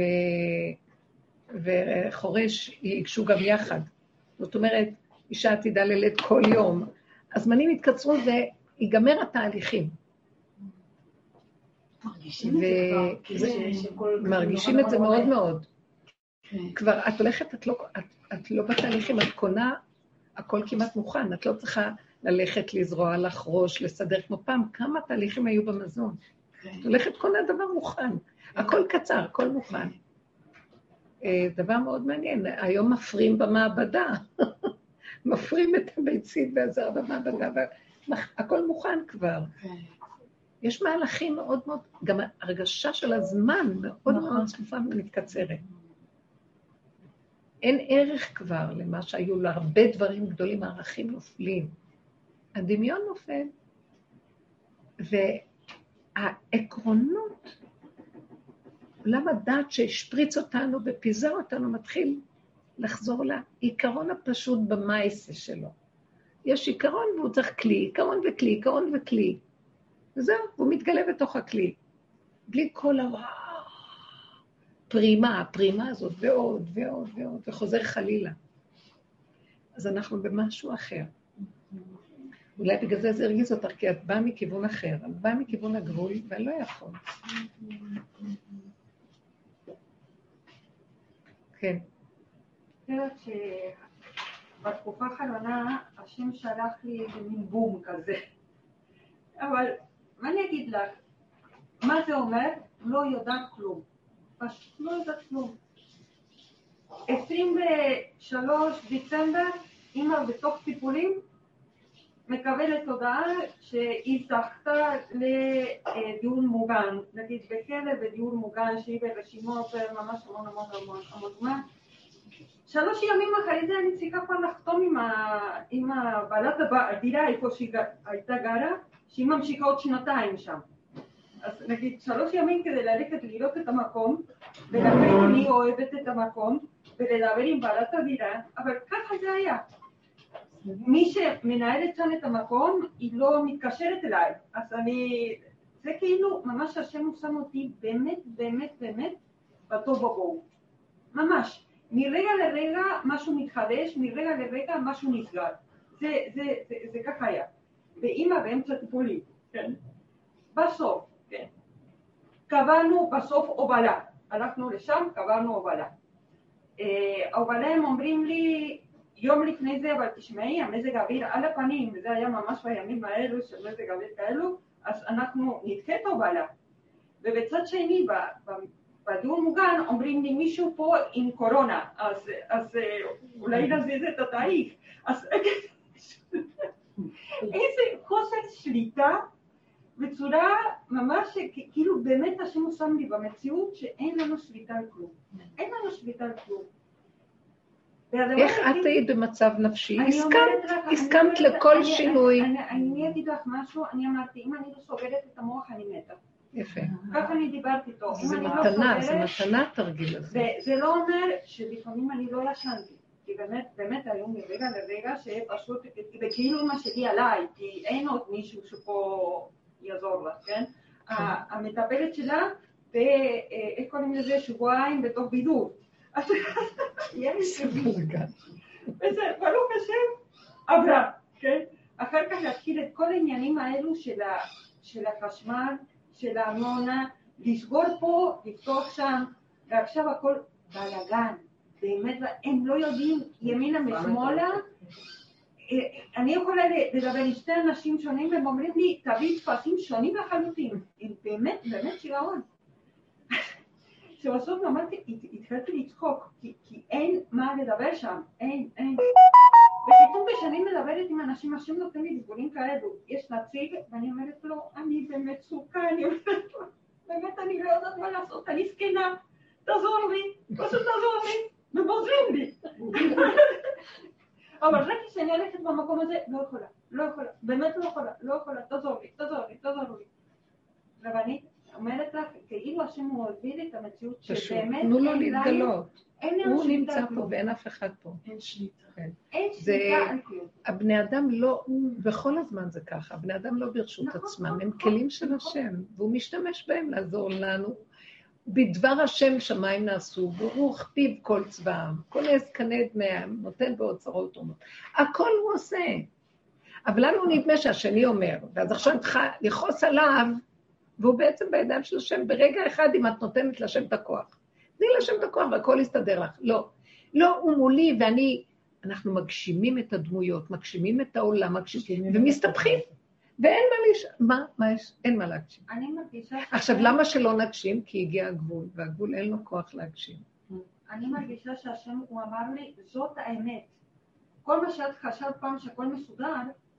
וחורש ייגשו גם יחד. זאת אומרת, אישה עתידה ללד כל יום, הזמנים יתקצרו ויגמר התהליכים. מרגישים את זה כבר. מרגישים את זה מאוד מאוד. כבר את הולכת, את לא, את, את לא בתהליכים, את קונה, הכל כמעט מוכן, את לא צריכה ללכת, לזרוע, לחרוש, לסדר כמו פעם, כמה תהליכים היו במזון. את הולכת, קונה דבר מוכן, הכל קצר, הכל מוכן. דבר מאוד מעניין, היום מפרים במעבדה, מפרים את הביצית והזר במעבדה, הכל מוכן כבר. יש מהלכים מאוד מאוד, גם הרגשה של הזמן מאוד מאוד צפופה ומתקצרת. אין ערך כבר למה שהיו לו הרבה דברים גדולים, הערכים נופלים. הדמיון נופל, והעקרונות, עולם הדת שהשפריץ אותנו ופיזר אותנו, מתחיל לחזור לעיקרון הפשוט במייסה שלו. יש עיקרון והוא צריך כלי, עיקרון וכלי, עיקרון וכלי. וזהו, הוא מתגלה בתוך הכלי. בלי כל הפרימה, הפרימה הזאת, ועוד, ועוד, ועוד, וחוזר חלילה. אז אנחנו במשהו אחר. אולי בגלל זה זה הרגיז אותך, כי את באה מכיוון אחר, את באה מכיוון הגבול, ואני לא יכול. כן. אני יודעת שבתקופה האחרונה, השם שלח לי מין בום כזה. אבל מה אני אגיד לך? מה זה אומר? לא יודעת כלום. פשוט לא יודעת כלום. עשרים ושלושה דצמבר, אמא בתוך טיפולים, מקבלת הודעה שהיא זכתה לדיור מוגן. נגיד בכלא בדיור מוגן שהיא ברשימות ממש המון המון המון המון זמן. שלוש ימים אחרי זה אני צריכה כבר לחתום עם, ה... עם הבעלת הדירה איפה שהיא הייתה גרה, שהיא ממשיכה עוד שנתיים שם. אז נגיד שלוש ימים כדי ללכת לראות את המקום, ולהגיד אני אוהבת את המקום, ולדבר עם בעלת הדירה, אבל ככה זה היה. מי שמנהלת שם את המקום, היא לא מתקשרת אליי. אז אני, זה כאילו ממש השם הוא שם אותי באמת, באמת, באמת, בטוב בבואו. ממש. מרגע לרגע משהו מתחדש, מרגע לרגע משהו נסגר. זה, זה, זה, זה ככה היה. ואמא באמצע טיפולים, כן. בסוף, כן. קבענו בסוף הובלה. הלכנו לשם, קבענו הובלה. ההובלה הם אומרים לי, יום לפני זה, אבל תשמעי, המזג האוויר על הפנים, וזה היה ממש בימים האלו של מזג האוויר כאלו, אז אנחנו נדחה את ההובלה. ובצד שני, בדיור מוגן, אומרים לי מישהו פה עם קורונה, אז, אז אולי נזיז את התאריך. אז איזה חוסר שליטה, בצורה ממש, כאילו באמת השם הוא שם לי במציאות שאין לנו שליטה על כלום. אין לנו שליטה על כלום. איך את היית במצב נפשי? הסכמת לכל שינוי. אני אגיד לך משהו, אני אמרתי, אם אני לא סוגרת את המוח, אני מתה. יפה. ככה אני דיברתי איתו. זה מתנה, זה מתנה תרגיל הזה. זה לא אומר שלפעמים אני לא ישנתי. כי באמת, באמת היו מרגע לרגע שפשוט, וכאילו אמא שלי עליי, כי אין עוד מישהו שפה יעזור לה, כן? המטפלת שלה, ואיך קוראים לזה, שבועיים בתוך בידוד. אז יהיה לי שביל. וזה, ברוך השם, עברה, כן? אחר כך להתחיל את כל העניינים האלו של החשמל, של הארנונה, לסגור פה, לפתוח שם, ועכשיו הכל בלגן. באמת, הם לא יודעים ימינה משמאלה. אני יכולה לדבר עם שתי אנשים שונים, והם אומרים לי, תביא תפסים שונים לחלוטין. הם באמת, באמת שיגעון. שבסוף אמרתי, התחלתי לצחוק, כי אין מה לדבר שם, אין, אין. ופתאום כשאני מדברת עם אנשים, השם נותן לי דיבורים כאלו, יש נציג, ואני אומרת לו, אני במצוקה, אני אומרת לו, באמת אני לא יודעת מה לעשות, אני זקנה, תעזור לי, פשוט תעזור לי. ובוזרים לי. אבל רק כשאני הולכת במקום הזה, לא יכולה, לא יכולה, באמת לא יכולה, לא יכולה, תעזור לי, תעזור לי, תעזור לי. ואני אומרת לך, כאילו השם הוא הוביל את המציאות שבאמת תנו לו להתגלות. הוא שליטה נמצא פה ואין אף אחד פה. אין שליטה. אין שליטה על כלום. הבני אדם לא, בכל הזמן זה ככה, הבני אדם לא ברשות עצמם, הם כלים של השם, והוא משתמש בהם לעזור לנו. בדבר השם שמיים נעשו, ברוך פיו כל צבאם, כל עז כנד מהם, נותן באוצרות אומות. הכל הוא עושה. אבל לנו נדמה שהשני אומר, ואז עכשיו צריך לחוס עליו, והוא בעצם בידיים של השם, ברגע אחד אם את נותנת לשם את הכוח. תני לשם את הכוח והכל יסתדר לך. לא. לא, הוא מולי ואני, אנחנו מגשימים את הדמויות, מגשימים את העולם, מגשימים, ומסתבכים. ואין מה לש... מה? מה יש? אין מה להגשים. אני מרגישה... עכשיו, למה שלא נגשים? כי הגיע הגבול, והגבול אין לו כוח להגשים. אני מרגישה שהשם, הוא אמר לי, זאת האמת. כל מה שאת חשבת פעם שהכל מסודר,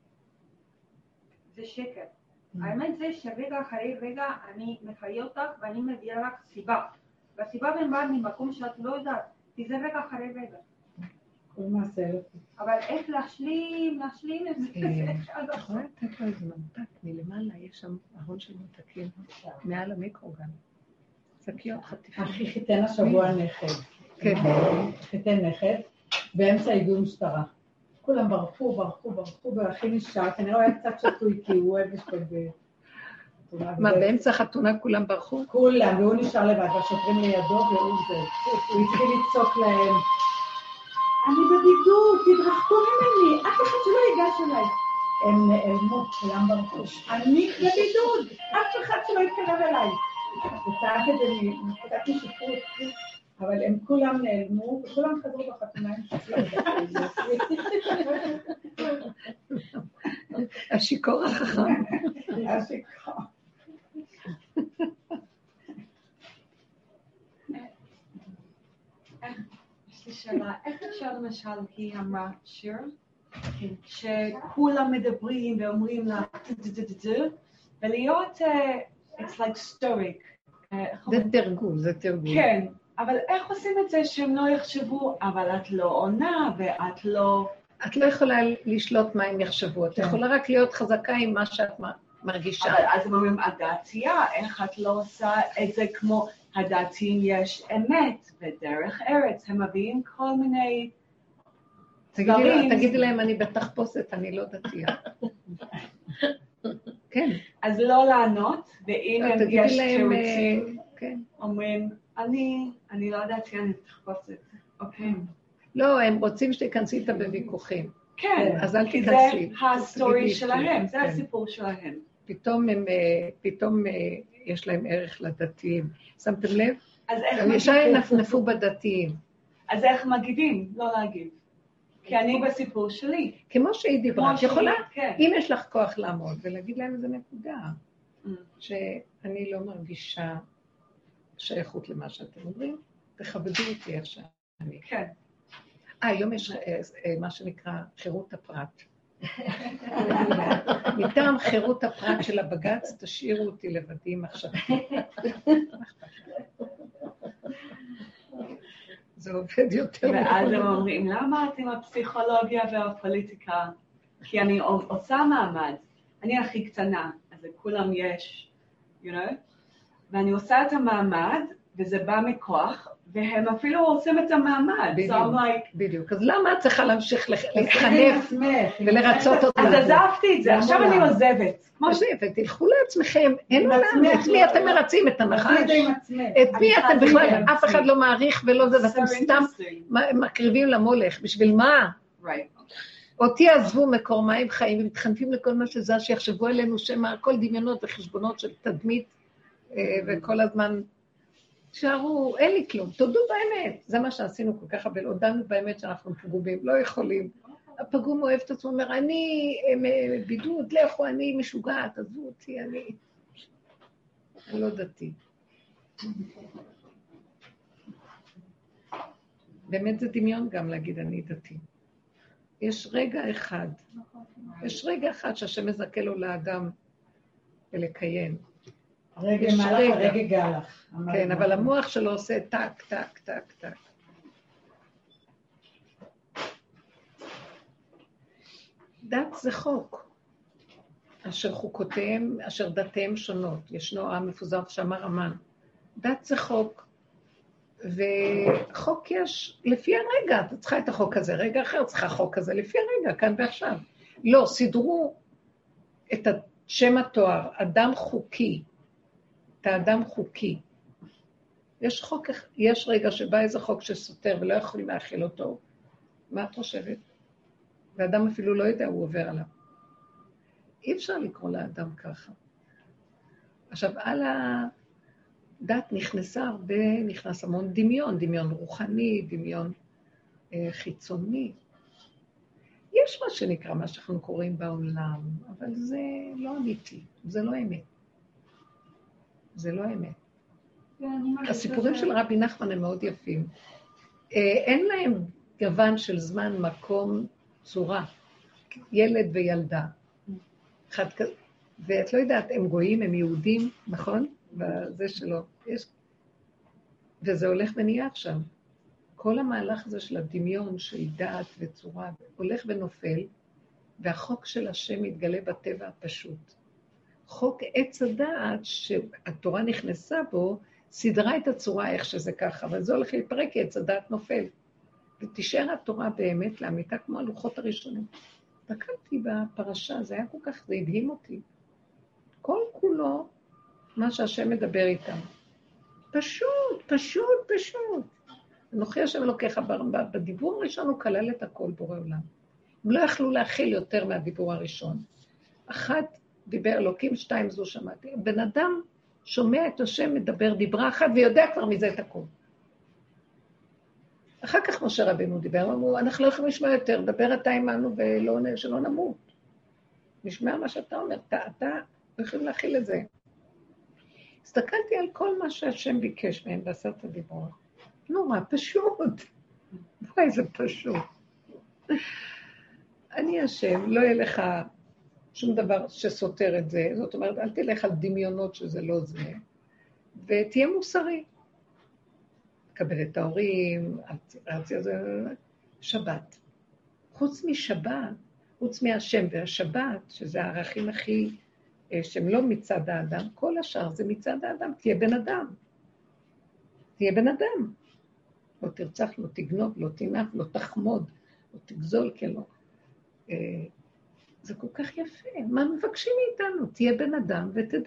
זה שקר. האמת זה שרגע אחרי רגע אני מחיה אותך ואני מביאה לך סיבה. והסיבה באה ממקום שאת לא יודעת, כי זה רגע אחרי רגע. כל מעשה. אבל איך להשלים, להשלים את זה? את יכולה לתת לו איזה ממתק מלמעלה, יש שם ארון של ממתקים, מעל המיקרוגן. שקיות חטיפות. אחי חיתן השבוע נכד. כן. חיתן נכד, באמצע הגיעו משטרה. כולם ברחו, ברחו, ברחו, והכי נשאר, כנראה הוא היה קצת שטוי, כי הוא אוהב לשפט ב... מה, באמצע חתונה כולם ברחו? כולם, והוא נשאר לבד, והשוטרים לידו, והוא זה. הוא התחיל לצעוק להם, אני בבידוד, תתרחקו ממני, אף אחד שלא ייגש אליי. הם נעלמו, כולם ברחו. אני בבידוד, אף אחד שלא יתקרב אליי. וצעק את זה מנקודת משפחות, אבל הם כולם נעלמו, וכולם חזרו בחתונה עם שפלות. השיקור החכם. השיקור. יש לי שאלה, איך אפשר למשל, היא אמרה שיר, שכולם מדברים ואומרים לה, ולהיות, it's like stoic. זה תרגול, זה תרגול. כן, אבל איך עושים את זה שהם לא יחשבו, אבל את לא עונה ואת לא... את לא יכולה לשלוט מה הם יחשבו, את יכולה רק להיות חזקה עם מה שאת מרגישה. אבל אז הם אומרים, הדעתייה, איך את לא עושה את זה כמו הדעתיים יש אמת ודרך ארץ, הם מביאים כל מיני דברים. תגידי להם, אני בתחפושת, אני לא דתייה. כן. אז לא לענות, ואם יש תירוצים, אומרים, אני, אני לא יודעת, אני בתחפושת, אוקיי. לא, הם רוצים שתיכנסי איתה בוויכוחים. כן, אז אל כי תיכנסי. זה הסטורי שלהם, זה הסיפור שלהם. פתאום הם, פתאום יש להם ערך לדתיים. שמתם לב? אז איך מגיבים? ישר נפנפו בדתיים. אז איך מגיבים? לא להגיב. כי אני בסיפור שלי. כמו שהיא דיברה, את יכולה, כן. אם יש לך כוח לעמוד ולהגיד להם איזה נקודה, mm. שאני לא מרגישה שייכות למה שאתם אומרים, תכבדו אותי איך שאני. כן. אה, היום יש מה שנקרא חירות הפרט. מטעם חירות הפרט של הבג"ץ, תשאירו אותי לבדי עכשיו. זה עובד יותר. ואז הם אומרים, למה אתם הפסיכולוגיה והפוליטיקה? כי אני עושה מעמד, אני הכי קטנה, אז לכולם יש, you know? ואני עושה את המעמד, וזה בא מכוח, והם אפילו עושים את המעמד. בדיוק, so like, בדיוק. אז למה את צריכה להמשיך להתחנף ולרצות אותנו? אז עזבתי את זה, עכשיו אני עוזבת. עוזבת, תלכו לעצמכם, אין עולם, את מי אתם מרצים? את הנחש? את מי אתם בכלל, אף אחד לא מעריך ולא זה, ואתם סתם מקריבים למולך, בשביל מה? אותי עזבו מקור מים חיים, ומתחנפים לכל מה שזה, שיחשבו עלינו שמה, כל דמיונות וחשבונות של תדמית, וכל הזמן שערו, אין לי כלום, תודו באמת, זה מה שעשינו כל כך הרבה, הודענו באמת שאנחנו פגומים, לא יכולים. הפגום אוהב את עצמו, אומר, אני בידוד, לכו, אני משוגעת, עזבו אותי, אני... אני לא דתי. באמת זה דמיון גם להגיד, אני דתי. יש רגע אחד, יש רגע אחד שהשם מזכה לו לאדם ולקיים. הרגע מהלך, הרגע גלח. כן, אבל המוח שלו עושה טק, טק, טק, טק. דת זה חוק, אשר חוקותיהם, אשר דתיהם שונות. ישנו עם מפוזר שאמר אמן. דת זה חוק, וחוק יש לפי הרגע, אתה צריכה את החוק הזה, רגע אחר צריכה חוק הזה, לפי הרגע, כאן ועכשיו. לא, סידרו את שם התואר, אדם חוקי, את האדם חוקי. יש חוק, יש רגע שבא איזה חוק שסותר ולא יכולים להכיל אותו. מה את חושבת? ואדם אפילו לא יודע, הוא עובר עליו. אי אפשר לקרוא לאדם ככה. עכשיו, על הדת נכנסה הרבה, נכנס המון דמיון, דמיון רוחני, דמיון אה, חיצוני. יש מה שנקרא, מה שאנחנו קוראים בעולם, אבל זה לא אמיתי, זה לא אמת. זה לא אמת. הסיפורים של רבי נחמן הם מאוד יפים. אין להם גוון של זמן, מקום, צורה. ילד וילדה. ואת לא יודעת, הם גויים, הם יהודים, נכון? וזה שלו. יש... וזה הולך ונהיה עכשיו. כל המהלך הזה של הדמיון, של דעת וצורה, הולך ונופל, והחוק של השם מתגלה בטבע הפשוט. חוק עץ הדעת שהתורה נכנסה בו, סדרה את הצורה איך שזה ככה, אבל זה הולך להתפרק כי עץ הדעת נופל. ותישאר התורה באמת לאמיתה כמו הלוחות הראשונים. תקלתי בפרשה, זה היה כל כך, זה הדהים אותי. כל כולו מה שהשם מדבר איתם. פשוט, פשוט, פשוט. אנוכי השם אלוקיך, בדיבור הראשון הוא כלל את הכל בורא עולם. הם לא יכלו להכיל יותר מהדיבור הראשון. אחת דיבר אלוקים, שתיים זו שמעתי. בן אדם שומע את השם מדבר דיברה אחת ויודע כבר מזה את הכל. אחר כך משה רבינו דיבר, אמרו, אנחנו לא יכולים לשמוע יותר, דבר אתה עמנו ולא, שלא נמות. נשמע מה שאתה אומר, אתה, אתה לא יכולים להכיל את זה. הסתכלתי על כל מה שהשם ביקש מהם בעשרת הדיברות. נורא, פשוט. וואי, זה פשוט. אני השם, לא יהיה לך שום דבר שסותר את זה. זאת אומרת, אל תלך על דמיונות שזה לא זה. ותהיה מוסרי. קבל את ההורים, ארצי הזה, שבת. חוץ משבת, חוץ מהשם והשבת, שזה הערכים הכי, שהם לא מצד האדם, כל השאר זה מצד האדם, תהיה בן אדם. תהיה בן אדם. לא תרצח, לא תגנוב, לא תנף, לא תחמוד, לא תגזול, כן לא. זה כל כך יפה. מה מבקשים מאיתנו? תהיה בן אדם ותדע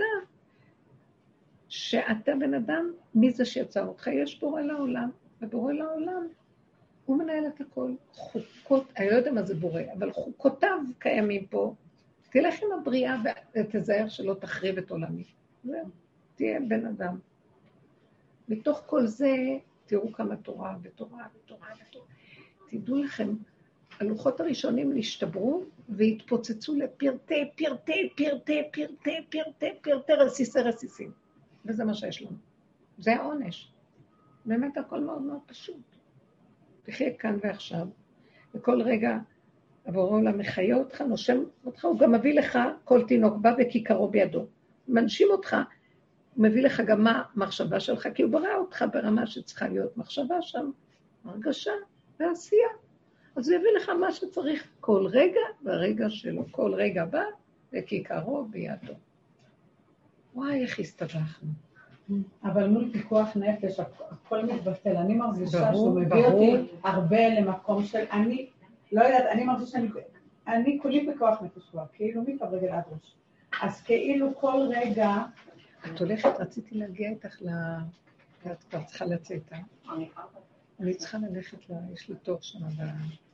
שאתה בן אדם, מי זה שיצר אותך? יש בורא לעולם, ובורא לעולם הוא מנהל את הכל. חוקות, אני לא יודע מה זה בורא, אבל חוקותיו קיימים פה. תלך עם הבריאה ותזהר שלא תחריב את עולמי. זהו, תהיה בן אדם. מתוך כל זה, תראו כמה תורה ותורה ותורה ותורה. תדעו לכם, הלוחות הראשונים נשתברו והתפוצצו לפרטי, פרטי, פרטי, פרטי, פרטי, פרטי, רסיסי רסיסים. וזה מה שיש לנו. זה העונש. באמת הכל מאוד מאוד פשוט. תחיה כאן ועכשיו, וכל רגע הבורא עולם מחיה אותך, נושם אותך, הוא גם מביא לך כל תינוק בא וכיכרו בידו. מנשים אותך, הוא מביא לך גם מה מחשבה שלך, כי הוא ברא אותך ברמה שצריכה להיות מחשבה שם, הרגשה ועשייה. אז הוא יביא לך מה שצריך כל רגע, והרגע שלו, כל רגע בא וכיכרו בידו. וואי, איך הסתבכנו. אבל מול פיקוח נפש, הכל מתבטל. אני מרגישה ברור, שהוא מביא ברור. אותי הרבה למקום של, אני לא יודעת, אני מרגישה שאני, אני כולי פיקוח נפש כבר, כאילו מכף רגל עד ראש. אז כאילו כל רגע, את הולכת, רציתי להגיע איתך ל... את כבר צריכה לצאת, אה? אני צריכה ללכת ל... יש לי תור שם, אבל...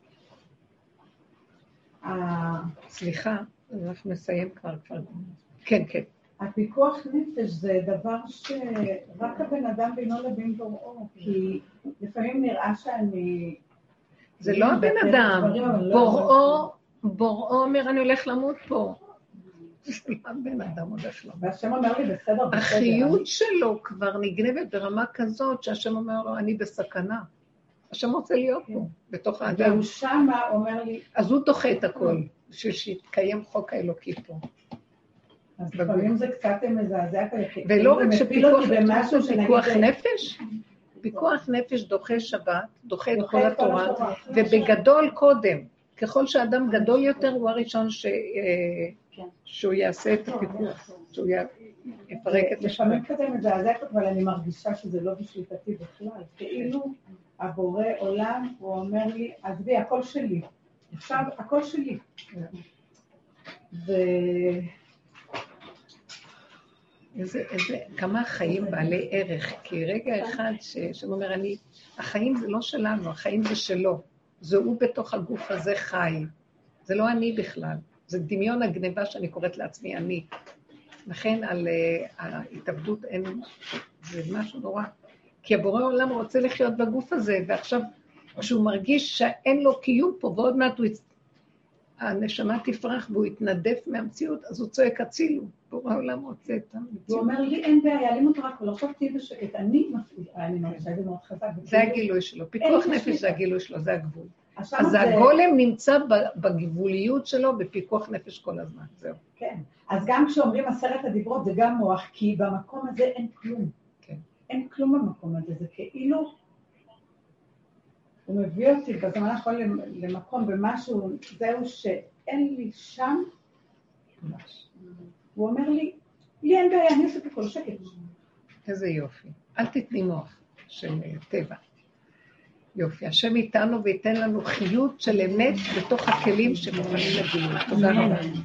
ה- סליחה, אנחנו נסיים כבר כבר. כן, כן. הפיקוח נפש זה דבר שרק הבן אדם בינו לבין בוראו, כי לפעמים נראה שאני... זה לא הבן אדם, דברים, אבל לא- בוראו, בוראו אומר אני הולך למות פה. זה לא הבן אדם הולך למות. והשם אומר לי בסדר, בסדר. החיות שלו כבר נגנבת ברמה כזאת שהשם אומר לו אני בסכנה. השם רוצה להיות פה, בתוך האדם. והוא שמה אומר לי, אז הוא דוחה את הכל, בשביל שיתקיים חוק האלוקי פה. אז לפעמים זה קצת מזעזע כזה. ולא רק זה מפיל שפיקוח אותי במשהו שנגיד פיקוח זה- נפש, פיקוח נפש דוחה שבת, דוחה את דוחה כל את כל התורה, התורה. ובגדול קודם. ככל שאדם גדול יותר, הוא הראשון ש- אה, כן. שהוא יעשה את הפיקוח, שהוא י- יפרק את השבת. לפעמים כזה מזעזע, אבל אני מרגישה שזה לא בשליטתי בכלל. כאילו הבורא עולם, הוא אומר לי, עזבי, הכל שלי. עכשיו, הכל שלי. ו... איזה, איזה, כמה חיים בעלי ערך, כי רגע אחד ש- שאומר, אני, החיים זה לא שלנו, החיים זה שלו. זה הוא בתוך הגוף הזה חי. זה לא אני בכלל. זה דמיון הגניבה שאני קוראת לעצמי אני. לכן על uh, ההתאבדות אין, זה משהו נורא. כי הבורא עולם רוצה לחיות בגוף הזה, ועכשיו כשהוא מרגיש שאין לו קיום פה, ועוד מעט הוא, הנשמה תפרח והוא יתנדף מהמציאות, אז הוא צועק הצילו. בורא העולם רוצה את הוא המציאות. אומר לי, אין בעיה, לי מותר הכל, עכשיו תהי בשקט. אני מפעילה, אני מרגישה את זה מאוד חזק. זה הגילוי שלו. פיקוח אין נפש שליטה. זה הגילוי שלו, זה הגבול. עכשיו אז זה- הגולם נמצא ב- בגבוליות שלו, בפיקוח נפש כל הזמן, זהו. כן. אז גם כשאומרים עשרת הדיברות, זה גם מוח, כי במקום הזה אין כלום. כן. אין כלום במקום הזה, זה כאילו... הוא מביא אותי בזמן האחרון למקום במשהו, זהו שאין לי שם, ממש. הוא אומר לי, לי אין בעיה, אני עושה את הכל שקט. איזה יופי. אל תתני מוח של אה, טבע. יופי. השם איתנו וייתן לנו חיות של אמת בתוך הכלים שמוכנים לגילוי. תודה רבה.